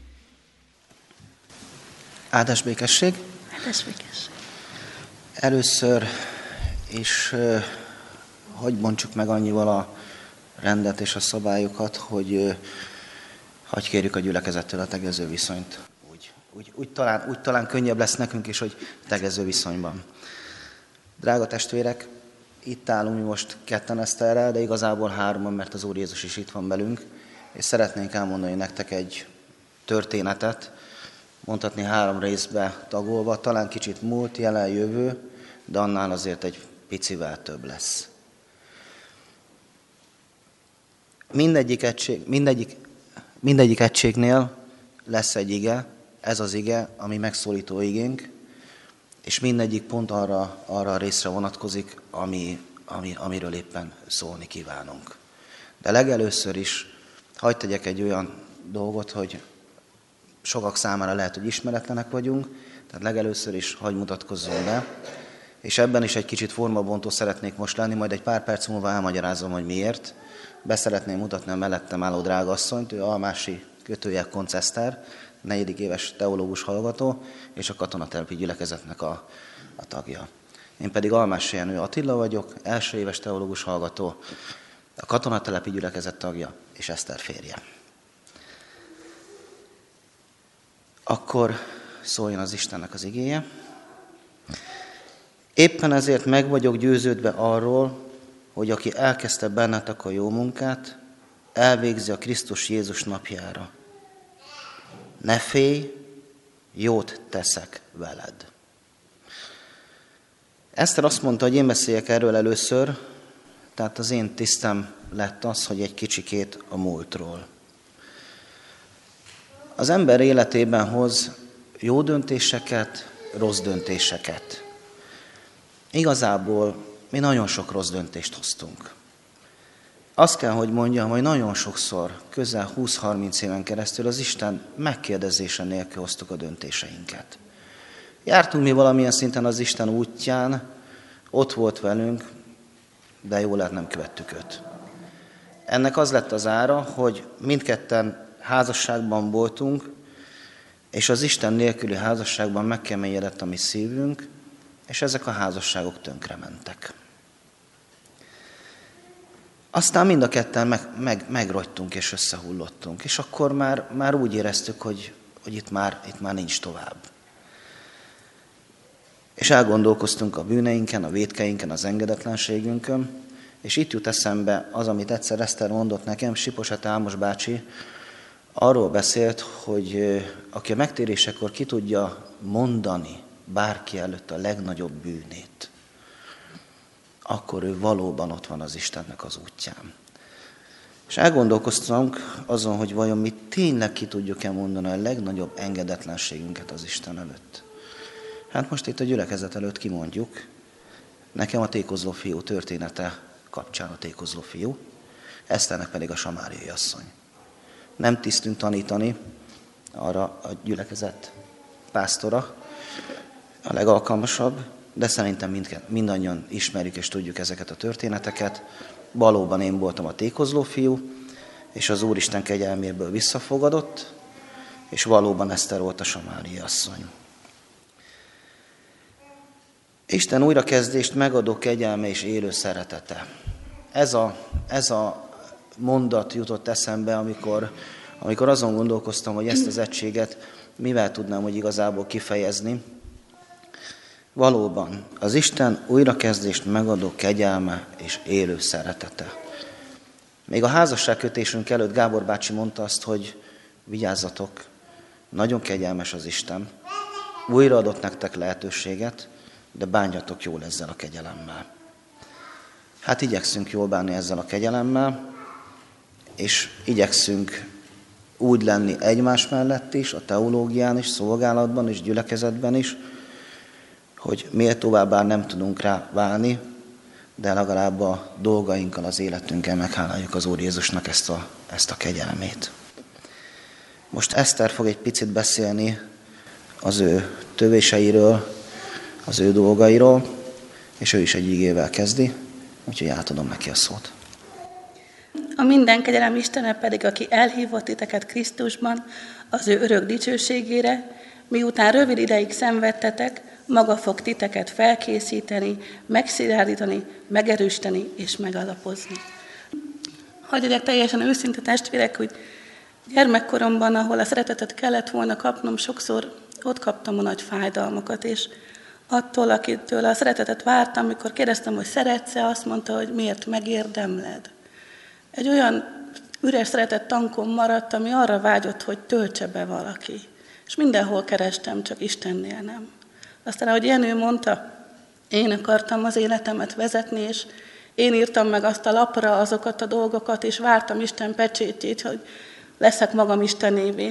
Áldás békesség. Áldás békesség. Először is uh, hogy bontsuk meg annyival a rendet és a szabályokat, hogy uh, hagy kérjük a gyülekezettől a tegező viszonyt. Úgy, úgy, úgy, talán, úgy talán könnyebb lesz nekünk is, hogy tegező viszonyban. Drága testvérek, itt állunk mi most ketten Eszterrel, de igazából hárman, mert az Úr Jézus is itt van velünk, és szeretnénk elmondani nektek egy történetet, mondhatni három részbe tagolva, talán kicsit múlt, jelen, jövő, de annál azért egy picivel több lesz. Mindegyik, egység, mindegyik, mindegyik egységnél lesz egy ige, ez az ige, ami megszólító igénk, és mindegyik pont arra, arra a részre vonatkozik, ami, ami, amiről éppen szólni kívánunk. De legelőször is hadd tegyek egy olyan dolgot, hogy sokak számára lehet, hogy ismeretlenek vagyunk, tehát legelőször is hadd mutatkozzon be, és ebben is egy kicsit formabontó szeretnék most lenni, majd egy pár perc múlva elmagyarázom, hogy miért. Be szeretném mutatni a mellettem álló drágasszonyt, ő Almási kötője Koncz Eszter, negyedik éves teológus hallgató, és a katonatelepi gyülekezetnek a, a tagja. Én pedig Almási Jenő Attila vagyok, első éves teológus hallgató, a katonatelepi gyülekezet tagja, és Eszter férje. Akkor szóljon az Istennek az igéje. Éppen ezért meg vagyok győződve arról, hogy aki elkezdte bennetek a jó munkát, elvégzi a Krisztus Jézus napjára. Ne félj, jót teszek veled. Eszter azt mondta, hogy én beszéljek erről először, tehát az én tisztem lett az, hogy egy kicsikét a múltról. Az ember életében hoz jó döntéseket, rossz döntéseket. Igazából mi nagyon sok rossz döntést hoztunk. azt kell, hogy mondjam, hogy nagyon sokszor, közel húsz-harminc éven keresztül az Isten megkérdezése nélkül hoztuk a döntéseinket. Jártunk mi valamilyen szinten az Isten útján, ott volt velünk, de jól lehet nem követtük őt. Ennek az lett az ára, hogy mindketten házasságban voltunk, és az Isten nélküli házasságban megkeményedett a mi szívünk, és ezek a házasságok tönkrementek. Aztán mind a ketten meg, meg, megrogytunk és összehullottunk, és akkor már, már úgy éreztük, hogy, hogy itt, már, itt már nincs tovább. És elgondolkoztunk a bűneinken, a vétkeinken, az engedetlenségünkön, és itt jut eszembe az, amit egyszer Eszter mondott nekem, Siposet Ámos bácsi, arról beszélt, hogy aki a megtérésekor ki tudja mondani bárki előtt a legnagyobb bűnét, akkor ő valóban ott van az Istennek az útján. És elgondolkoztunk azon, hogy vajon mi tényleg ki tudjuk-e mondani a legnagyobb engedetlenségünket az Isten előtt. Hát most itt a gyülekezet előtt kimondjuk. Nekem a tékozló fiú története kapcsán a tékozló fiú, Eszternek pedig a samáriai asszony. Nem tisztünk tanítani, arra a gyülekezet pásztora a legalkalmasabb, de szerintem mindket, mindannyian ismerjük és tudjuk ezeket a történeteket. Valóban én voltam a tékozló fiú, és az Úristen kegyelméből visszafogadott, és valóban Eszter volt a samáriai asszony. Isten újrakezdést megadó kegyelme és élő szeretete. Ez a, ez a mondat jutott eszembe, amikor, amikor azon gondolkoztam, hogy ezt az egységet mivel tudnám, hogy igazából kifejezni. Valóban, az Isten újrakezdést megadó kegyelme és élő szeretete. Még a házasságkötésünk előtt Gábor bácsi mondta azt, hogy vigyázzatok, nagyon kegyelmes az Isten, újra adott nektek lehetőséget, de bánjatok jól ezzel a kegyelemmel. Hát igyekszünk jól bánni ezzel a kegyelemmel, és igyekszünk úgy lenni egymás mellett is, a teológián is, szolgálatban és gyülekezetben is, hogy méltóvá bár nem tudunk rá válni, de legalább a dolgainkkal, az életünkkel megháláljuk az Úr Jézusnak ezt a, ezt a kegyelmét. Most Eszter fog egy picit beszélni az ő tövéseiről, az ő dolgairól, és ő is egy igével kezdi, úgyhogy átadom neki a szót. A minden kegyelem Istene pedig, aki elhívott titeket Krisztusban az ő örök dicsőségére, miután rövid ideig szenvedtetek, maga fog titeket felkészíteni, megszilárdítani, megerősíteni és megalapozni. Hadd legyek teljesen őszinte testvérek, hogy gyermekkoromban, ahol a szeretetet kellett volna kapnom, sokszor ott kaptam a nagy fájdalmakat, és attól, akitől a szeretetet vártam, amikor kérdeztem, hogy szeretsz-e, azt mondta, hogy miért megérdemled. Egy olyan üres szeretett tankon maradt, ami arra vágyott, hogy töltse be valaki. És mindenhol kerestem, csak Istennél nem. Aztán, ahogy Jenő mondta, én akartam az életemet vezetni, és én írtam meg azt a lapra azokat a dolgokat, és vártam Isten pecsétjét, hogy leszek magam Istenévé.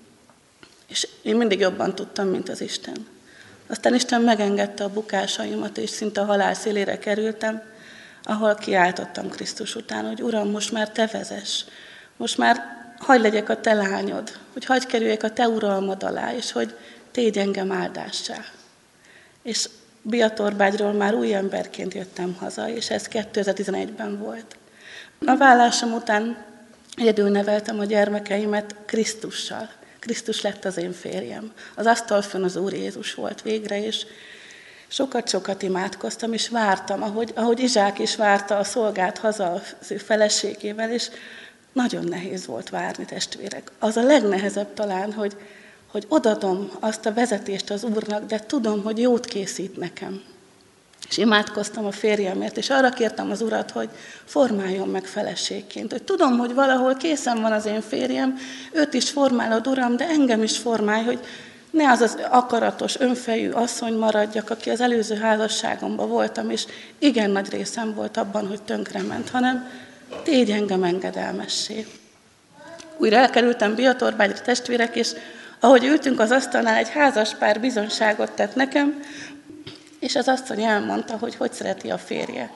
És én mindig jobban tudtam, mint az Isten. Aztán Isten megengedte a bukásaimat, és szinte a halál szélére kerültem, ahol kiáltottam Krisztus után, hogy Uram, most már Te vezess, most már hadd legyek a Te lányod, hogy hadd kerüljek a Te uralmad alá, és hogy tégy engem áldássá. És Biatorbágyról már új emberként jöttem haza, és ez kétezer-tizenegyben volt. A vállásom után egyedül neveltem a gyermekeimet Krisztussal. Krisztus lett az én férjem. Az asztal fönn az Úr Jézus volt végre, és sokat-sokat imádkoztam, és vártam, ahogy, ahogy Izsák is várta a szolgát haza az ő feleségével, és nagyon nehéz volt várni, testvérek. Az a legnehezebb talán, hogy, hogy odadom azt a vezetést az Úrnak, de tudom, hogy jót készít nekem. És imádkoztam a férjemért, és arra kértem az Urat, hogy formáljon meg feleségként. Hogy tudom, hogy valahol készen van az én férjem, őt is formálod, Uram, de engem is formálj, hogy ne az az akaratos, önfejű asszony maradjak, aki az előző házasságomban voltam, és igen nagy részem volt abban, hogy tönkrement, hanem tégy engem engedelmessé. Újra elkerültem Biatorbágyra, testvérek, és ahogy ültünk az asztalnál, egy házaspár bizonyságot tett nekem, és az asszony elmondta, hogy hogy szereti a férje.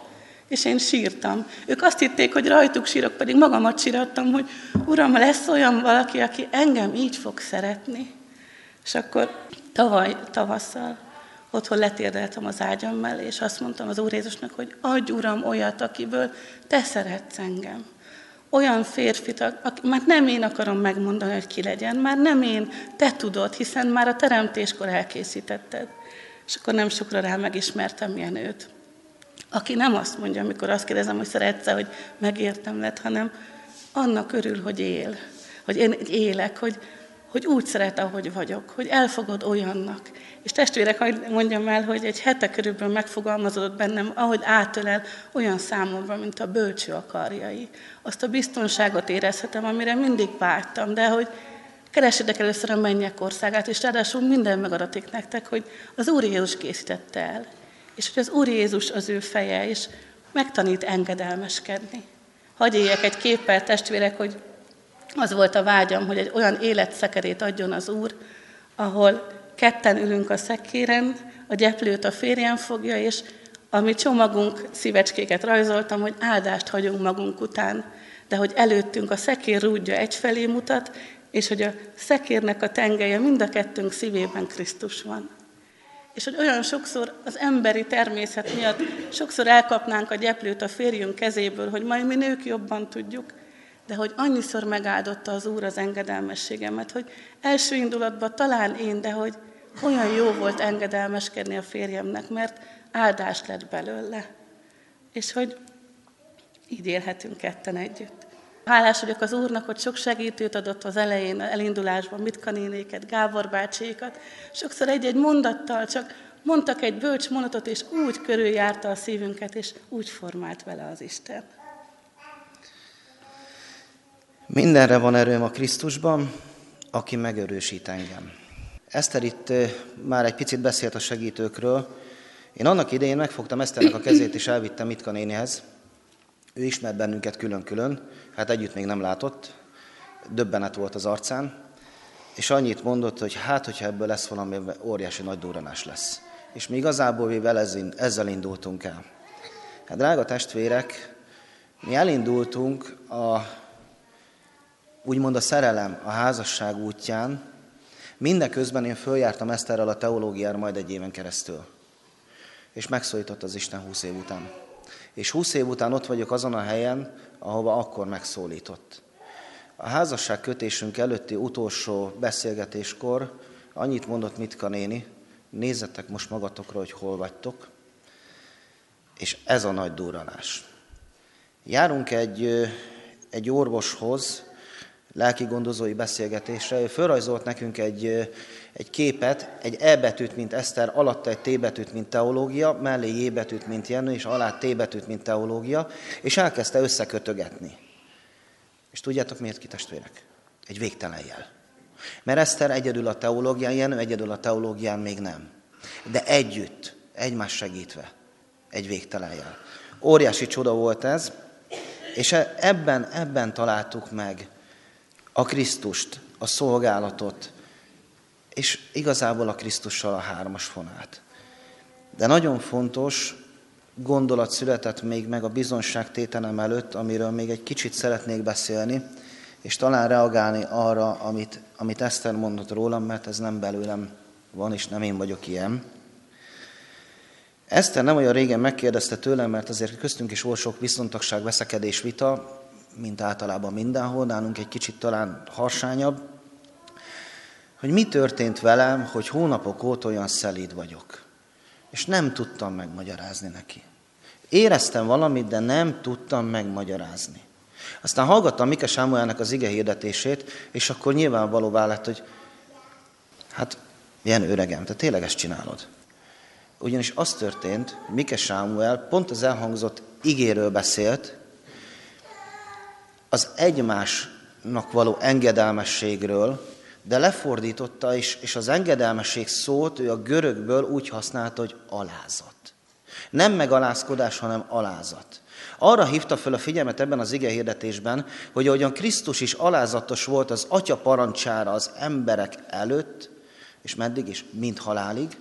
És én sírtam. Ők azt hitték, hogy rajtuk sírok, pedig magamat sírattam, hogy Uram, lesz olyan valaki, aki engem így fog szeretni. És akkor tavaly, tavasszal otthon letérdeltem az ágyam mellé, és azt mondtam az Úr Jézusnak, hogy adj, Uram, olyat, akiből te szeretsz engem. Olyan férfit, aki, már nem én akarom megmondani, hogy ki legyen, már nem én, te tudod, hiszen már a teremtéskor elkészítetted. És akkor nem sokra rá megismertem ilyen őt. Aki nem azt mondja, amikor azt kérdezem, hogy szeretsz-e, hogy megértem lett, hanem annak örül, hogy él, hogy én élek, hogy, hogy úgy szeret, ahogy vagyok, hogy elfogad olyannak. És testvérek, hogy mondjam el, hogy egy hete körülbelül megfogalmazódott bennem, ahogy átölel olyan számomra, mint a bölcső a karjai. Azt a biztonságot érezhetem, amire mindig vágytam, de hogy keresétek először a mennyek országát, és ráadásul minden megadatik nektek, hogy az Úr Jézus készítette el. És hogy az Úr Jézus az ő feje, és megtanít engedelmeskedni. Hadd éljek egy képpel, testvérek, hogy az volt a vágyam, hogy egy olyan életszekerét adjon az Úr, ahol ketten ülünk a szekéren, a gyeplőt a férjem fogja, és a mi csomagunk, szívecskéket rajzoltam, hogy áldást hagyunk magunk után, de hogy előttünk a szekér rúdja egyfelé mutat, és hogy a szekérnek a tengelye mind a kettőnk szívében Krisztus van. És hogy olyan sokszor az emberi természet miatt sokszor elkapnánk a gyeplőt a férjünk kezéből, hogy majd mi nők jobban tudjuk, de hogy annyiszor megáldotta az Úr az engedelmességemet, hogy első indulatban talán én, de hogy olyan jó volt engedelmeskedni a férjemnek, mert áldás lett belőle. És hogy így élhetünk ketten együtt. Hálás vagyok az Úrnak, hogy sok segítőt adott az elején, elindulásban, Mitka nénéket, Gábor bácsékat. Sokszor egy-egy mondattal csak mondtak egy bölcs mondatot, és úgy körüljárta a szívünket, és úgy formált vele az Isten. Mindenre van erőm a Krisztusban, aki megerősít engem. Eszter itt már egy picit beszélt a segítőkről. Én annak idején megfogtam Eszternek a kezét, és elvittem Mitka nénihez. Ő ismert bennünket külön-külön, hát együtt még nem látott, döbbenet volt az arcán, és annyit mondott, hogy hát, hogyha ebből lesz valami, óriási nagy durranás lesz. És mi igazából mivel ezzel indultunk el. Hát drága testvérek, mi elindultunk a, úgymond a szerelem, a házasság útján, mindeközben én följártam Eszterrel a teológiára majd egy éven keresztül. És megszólított az Isten húsz év után. És húsz év után ott vagyok azon a helyen, ahova akkor megszólított. A házasság kötésünk előtti utolsó beszélgetéskor annyit mondott Mitka néni, nézzetek most magatokra, hogy hol vagytok, és ez a nagy durranás. Járunk egy, egy orvoshoz, lelki gondozói beszélgetésre, ő felrajzolt nekünk egy, egy képet, egy E betűt, mint Eszter, alatta egy T betűt, mint teológia, mellé J betűt, mint Jenő, és alá T betűt, mint teológia, és elkezdte összekötögetni. És tudjátok miért, ki testvérek? Egy végtelen jel. Mert Eszter egyedül a teológián, Jenő egyedül a teológián még nem. De együtt, egymás segítve, egy végtelen jel. Óriási csoda volt ez, és ebben, ebben találtuk meg a Krisztust, a szolgálatot, és igazából a Krisztussal a hármas fonát. De nagyon fontos gondolat született még meg a bizonságtételem előtt, amiről még egy kicsit szeretnék beszélni, és talán reagálni arra, amit, amit Eszter mondott rólam, mert ez nem belőlem van, és nem én vagyok ilyen. Eszter nem olyan régen megkérdezte tőlem, mert azért köztünk is volt sok viszontagság, veszekedés, vita, mint általában mindenhol, nálunk egy kicsit talán harsányabb, hogy mi történt velem, hogy hónapok óta olyan szelíd vagyok. És nem tudtam megmagyarázni neki. Éreztem valamit, de nem tudtam megmagyarázni. Aztán hallgattam Mike Sámuelnek az ige hirdetését, és akkor nyilvánvalóvá lett, hogy hát, ilyen öregem, te tényleg ezt csinálod. Ugyanis az történt, hogy Mike Sámuel pont az elhangzott igéről beszélt, az egymásnak való engedelmességről, de lefordította is, és az engedelmesség szót ő a görögből úgy használta, hogy alázat. Nem megalázkodás, hanem alázat. Arra hívta föl a figyelmet ebben az ige hirdetésben, hogy ahogyan Krisztus is alázatos volt az Atya parancsára az emberek előtt, és meddig is, mint halálig,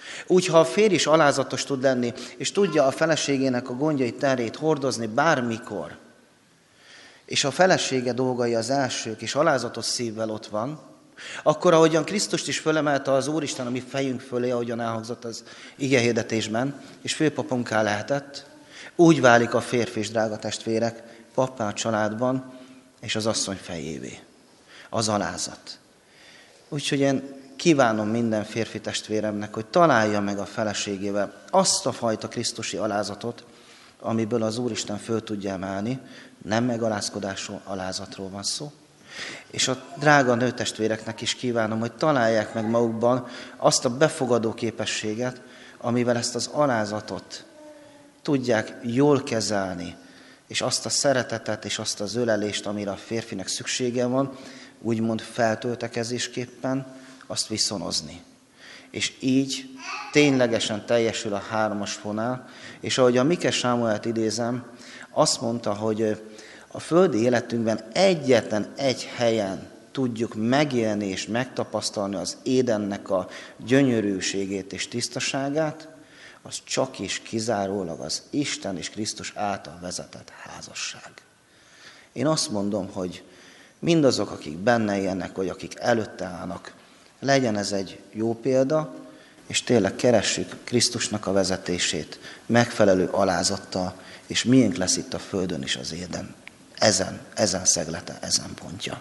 Úgy, ha a férj is alázatos tud lenni, és tudja a feleségének a gondjait, terét hordozni bármikor, és a felesége dolgai az elsők, és alázatos szívvel ott van, akkor, ahogyan Krisztust is fölemelte az Úristen a mi fejünk fölé, ahogyan elhangzott az igehirdetésben, és főpapunká lehetett, úgy válik a férfi és drága testvérek pappá a családban, és az asszony fejévé. Az alázat. Úgyhogy én kívánom minden férfi testvéremnek, hogy találja meg a feleségével azt a fajta krisztusi alázatot, amiből az Úristen föl tudja emelni, nem megalázkodásról, alázatról van szó. És a drága nőtestvéreknek is kívánom, hogy találják meg magukban azt a befogadó képességet, amivel ezt az alázatot tudják jól kezelni, és azt a szeretetet és azt az ölelést, amire a férfinek szüksége van, úgymond feltöltekezésképpen, azt viszonozni. És így ténylegesen teljesül a hármas fonál, és ahogy a Mike Sámuelt idézem, azt mondta, hogy a földi életünkben egyetlen egy helyen tudjuk megélni és megtapasztalni az Édennek a gyönyörűségét és tisztaságát, az csak is kizárólag az Isten és Krisztus által vezetett házasság. Én azt mondom, hogy mindazok, akik benne élnek, vagy akik előtte állnak, legyen ez egy jó példa, és tényleg keressük Krisztusnak a vezetését megfelelő alázattal, és miénk lesz itt a földön is az Éden. Ezen, ezen szeglete, ezen pontja.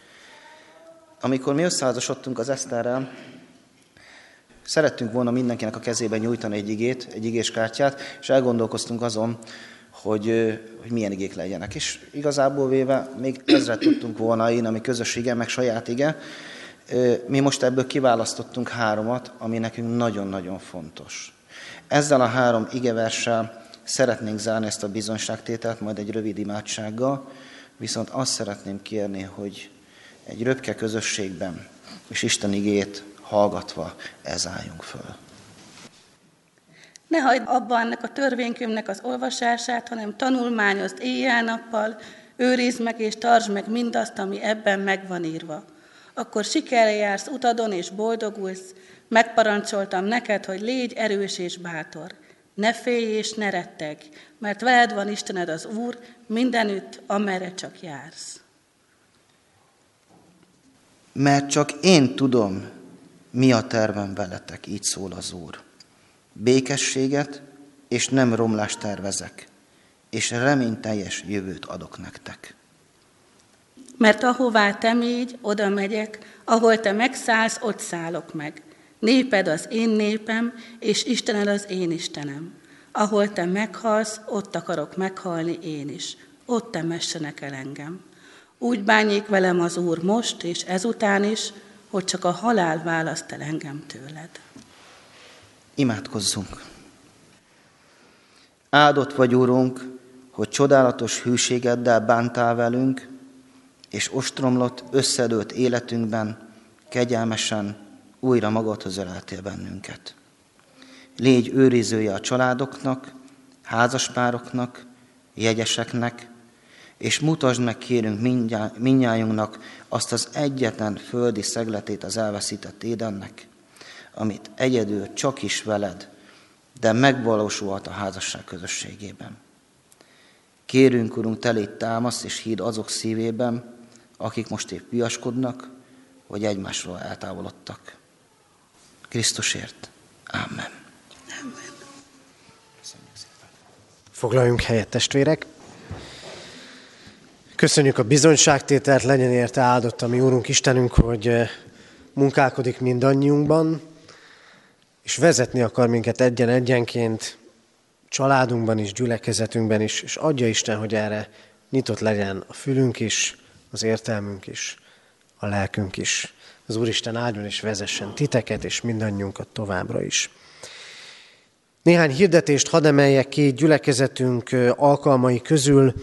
Amikor mi összeházasodtunk az Eszterrel, szerettünk volna mindenkinek a kezébe nyújtani egy igét, egy igéskártyát, és elgondolkoztunk azon, hogy, hogy milyen igék legyenek. És igazából véve még ezre tudtunk volna én, ami közös ige, meg saját ige. Mi most ebből kiválasztottunk háromat, ami nekünk nagyon-nagyon fontos. Ezzel a három igeverssel szeretnénk zárni ezt a bizonyságtételt, majd egy rövid imádsággal, viszont azt szeretném kérni, hogy egy röpke közösségben és Isten igéjét hallgatva ezálljunk föl. Ne hagyd abba ennek a törvénykönyvnek az olvasását, hanem tanulmányozd éjjel-nappal, őrizd meg és tartsd meg mindazt, ami ebben meg van írva. Akkor sikerre jársz utadon és boldogulsz, megparancsoltam neked, hogy légy erős és bátor. Ne félj és ne retteg, mert veled van Istened az Úr mindenütt, amerre csak jársz. Mert csak én tudom, mi a tervem veletek, így szól az Úr. Békességet és nem romlást tervezek, és reményteljes jövőt adok nektek. Mert ahová te mégy, oda megyek, ahol te megszállsz, ott szállok meg. Néped az én népem, és Istened az én Istenem. Ahol te meghalsz, ott akarok meghalni én is. Ott temessenek el engem. Úgy bánjék velem az Úr most és ezután is, hogy csak a halál választ el engem tőled. Imádkozzunk! Áldott vagy, Úrunk, hogy csodálatos hűségeddel bántál velünk, és ostromlott, összedőlt életünkben kegyelmesen újra magadhoz öleltél bennünket. Légy őrizője a családoknak, házaspároknak, jegyeseknek, és mutasd meg, kérünk, mindnyájunknak azt az egyetlen földi szegletét az elveszített Édennek, amit egyedül csak is veled, de megvalósulhat a házasság közösségében. Kérünk, Urunk, te légy támasz és híd azok szívében, akik most épp viaskodnak, vagy egymásról eltávolodtak. Krisztusért. Amen. Amen. Foglaljunk helyet, testvérek. Köszönjük a bizonyságtételt, legyen érte áldott a mi Úrunk Istenünk, hogy munkálkodik mindannyiunkban, és vezetni akar minket egyen-egyenként, családunkban is, gyülekezetünkben is, és adja Isten, hogy erre nyitott legyen a fülünk is, az értelmünk is, a lelkünk is. Az Úristen áldjon és vezessen titeket és mindannyiunkat továbbra is. Néhány hirdetést hadd emeljek ki gyülekezetünk alkalmai közül.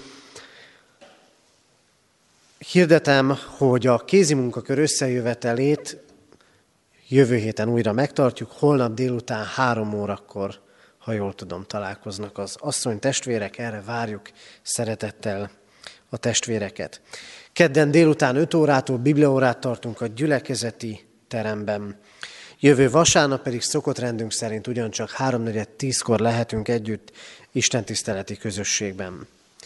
Hirdetem, hogy a kézimunkakör összejövetelét jövő héten újra megtartjuk, holnap délután három órakor, ha jól tudom, találkoznak az asszony testvérek, erre várjuk szeretettel a testvéreket. Kedden délután öt órától bibliaórát tartunk a gyülekezeti teremben. Jövő vasárnap pedig szokott rendünk szerint ugyancsak háromnegyed tízkor lehetünk együtt istentiszteleti közösségben.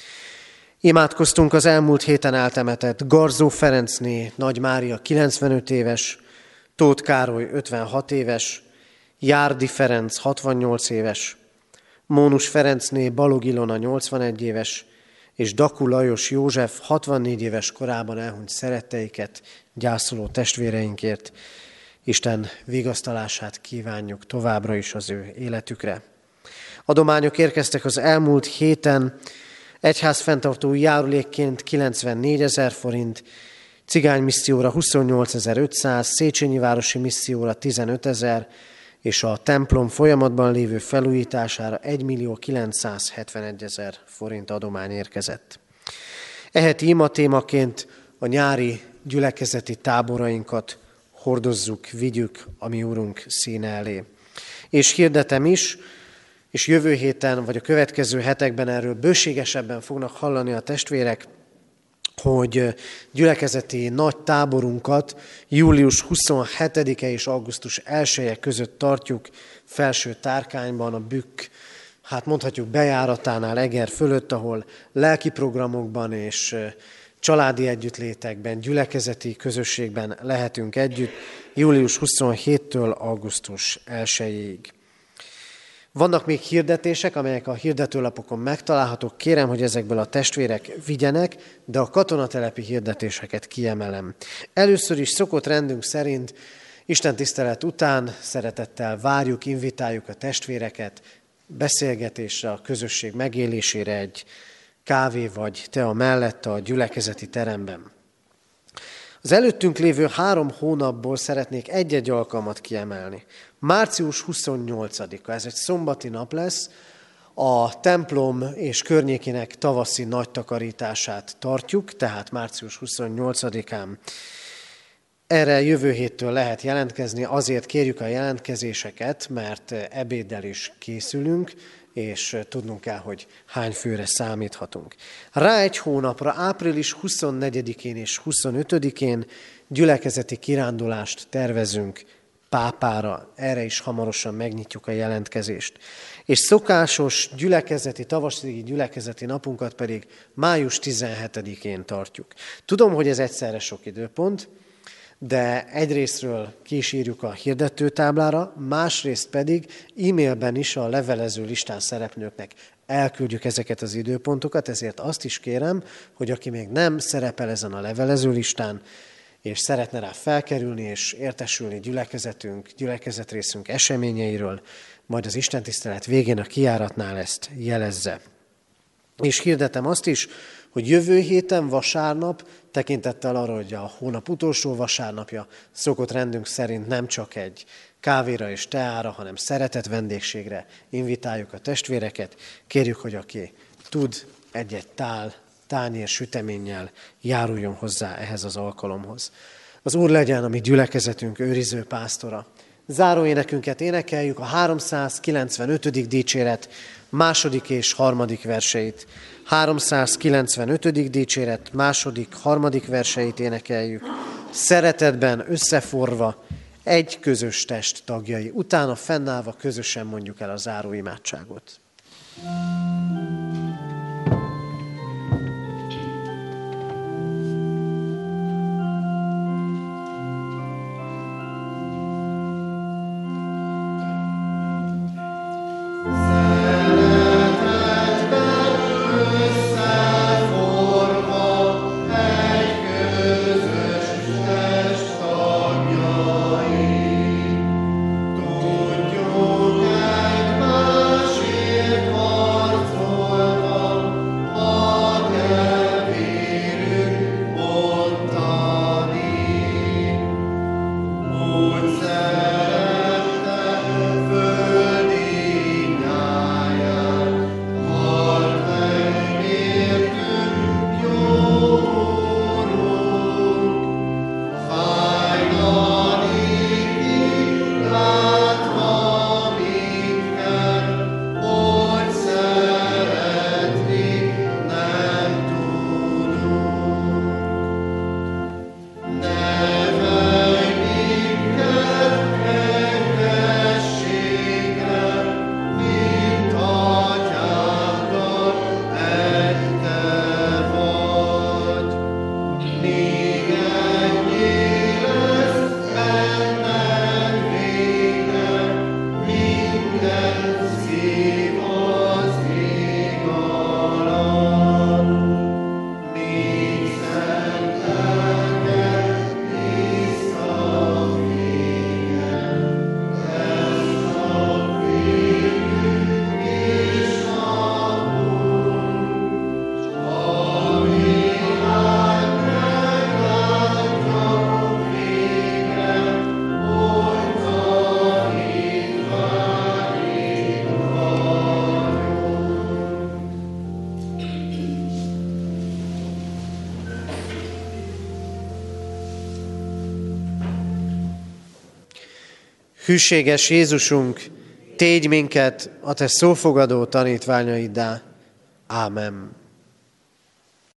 Imádkoztunk az elmúlt héten eltemetett Garzó Ferencné Nagy Mária kilencvenöt éves, Tóth Károly ötvenhat éves, Járdi Ferenc hatvannyolc éves, Mónus Ferencné Balog Ilona nyolcvanegy éves, és Daku Lajos József hatvannégy éves korában elhunyt szeretteiket gyászoló testvéreinkért. Isten vigasztalását kívánjuk továbbra is az ő életükre. Adományok érkeztek az elmúlt héten, egyházfenntartói járulékként kilencvennégyezer forint, cigánymisszióra huszonnyolcezer-ötszáz, Széchenyi városi misszióra tizenötezer, és a templom folyamatban lévő felújítására egymillió kilencszázhetvenegyezer forint adomány érkezett. Eheti ima témaként a nyári gyülekezeti táborainkat hordozzuk, vigyük a mi Úrunk színe elé. És hirdetem is, és jövő héten, vagy a következő hetekben erről bőségesebben fognak hallani a testvérek, hogy gyülekezeti nagy táborunkat július huszonhetedike és augusztus elseje között tartjuk Felső Tárkányban, a Bükk, hát mondhatjuk bejáratánál, Eger fölött, ahol lelki programokban és családi együttlétekben, gyülekezeti közösségben lehetünk együtt, július huszonhétedikétől augusztus elsejéig. Vannak még hirdetések, amelyek a hirdetőlapokon megtalálhatók. Kérem, hogy ezekből a testvérek vigyenek, de a katonatelepi hirdetéseket kiemelem. Először is szokott rendünk szerint istentisztelet után szeretettel várjuk, invitáljuk a testvéreket beszélgetésre, a közösség megélésére egy kávé vagy tea mellett a gyülekezeti teremben. Az előttünk lévő három hónapból szeretnék egy-egy alkalmat kiemelni. március huszonnyolcadika, ez egy szombati nap lesz, a templom és környékének tavaszi nagy takarítását tartjuk, tehát március huszonnyolcadikán. Erre jövő héttől lehet jelentkezni, azért kérjük a jelentkezéseket, mert ebéddel is készülünk, és tudnunk kell, hogy hány főre számíthatunk. Rá egy hónapra, április huszonnegyedikén és huszonötödikén gyülekezeti kirándulást tervezünk Pápára, erre is hamarosan megnyitjuk a jelentkezést. És szokásos gyülekezeti, tavaszi gyülekezeti napunkat pedig május tizenhetedikén tartjuk. Tudom, hogy ez egyszerre sok időpont, de egyrésztről ki is írjuk a hirdetőtáblára, másrészt pedig e-mailben is a levelező listán szereplőknek elküldjük ezeket az időpontokat, ezért azt is kérem, hogy aki még nem szerepel ezen a levelező listán, és szeretne rá felkerülni és értesülni gyülekezetünk, gyülekezetrészünk eseményeiről, majd az istentisztelet végén a kijáratnál ezt jelezze. És hirdetem azt is, hogy jövő héten vasárnap, tekintettel arra, hogy a hónap utolsó vasárnapja szokott rendünk szerint nem csak egy kávéra és teára, hanem szeretett vendégségre invitáljuk a testvéreket. Kérjük, hogy aki tud egy-egy tál, tányér süteménnyel járuljon hozzá ehhez az alkalomhoz. Az Úr legyen a mi gyülekezetünk őriző pásztora. Záróénekünket énekeljük, a háromszázkilencvenötödik dicséret második és harmadik verseit. háromszázkilencvenötödik dicséret második, harmadik verseit énekeljük. Szeretetben összeforva, egy közös test tagjai. Utána fennállva közösen mondjuk el a záró imádságot. Tudjuk egymásért harcolni. Hűséges Jézusunk, tégy minket a te szófogadó tanítványaiddá. Ámen.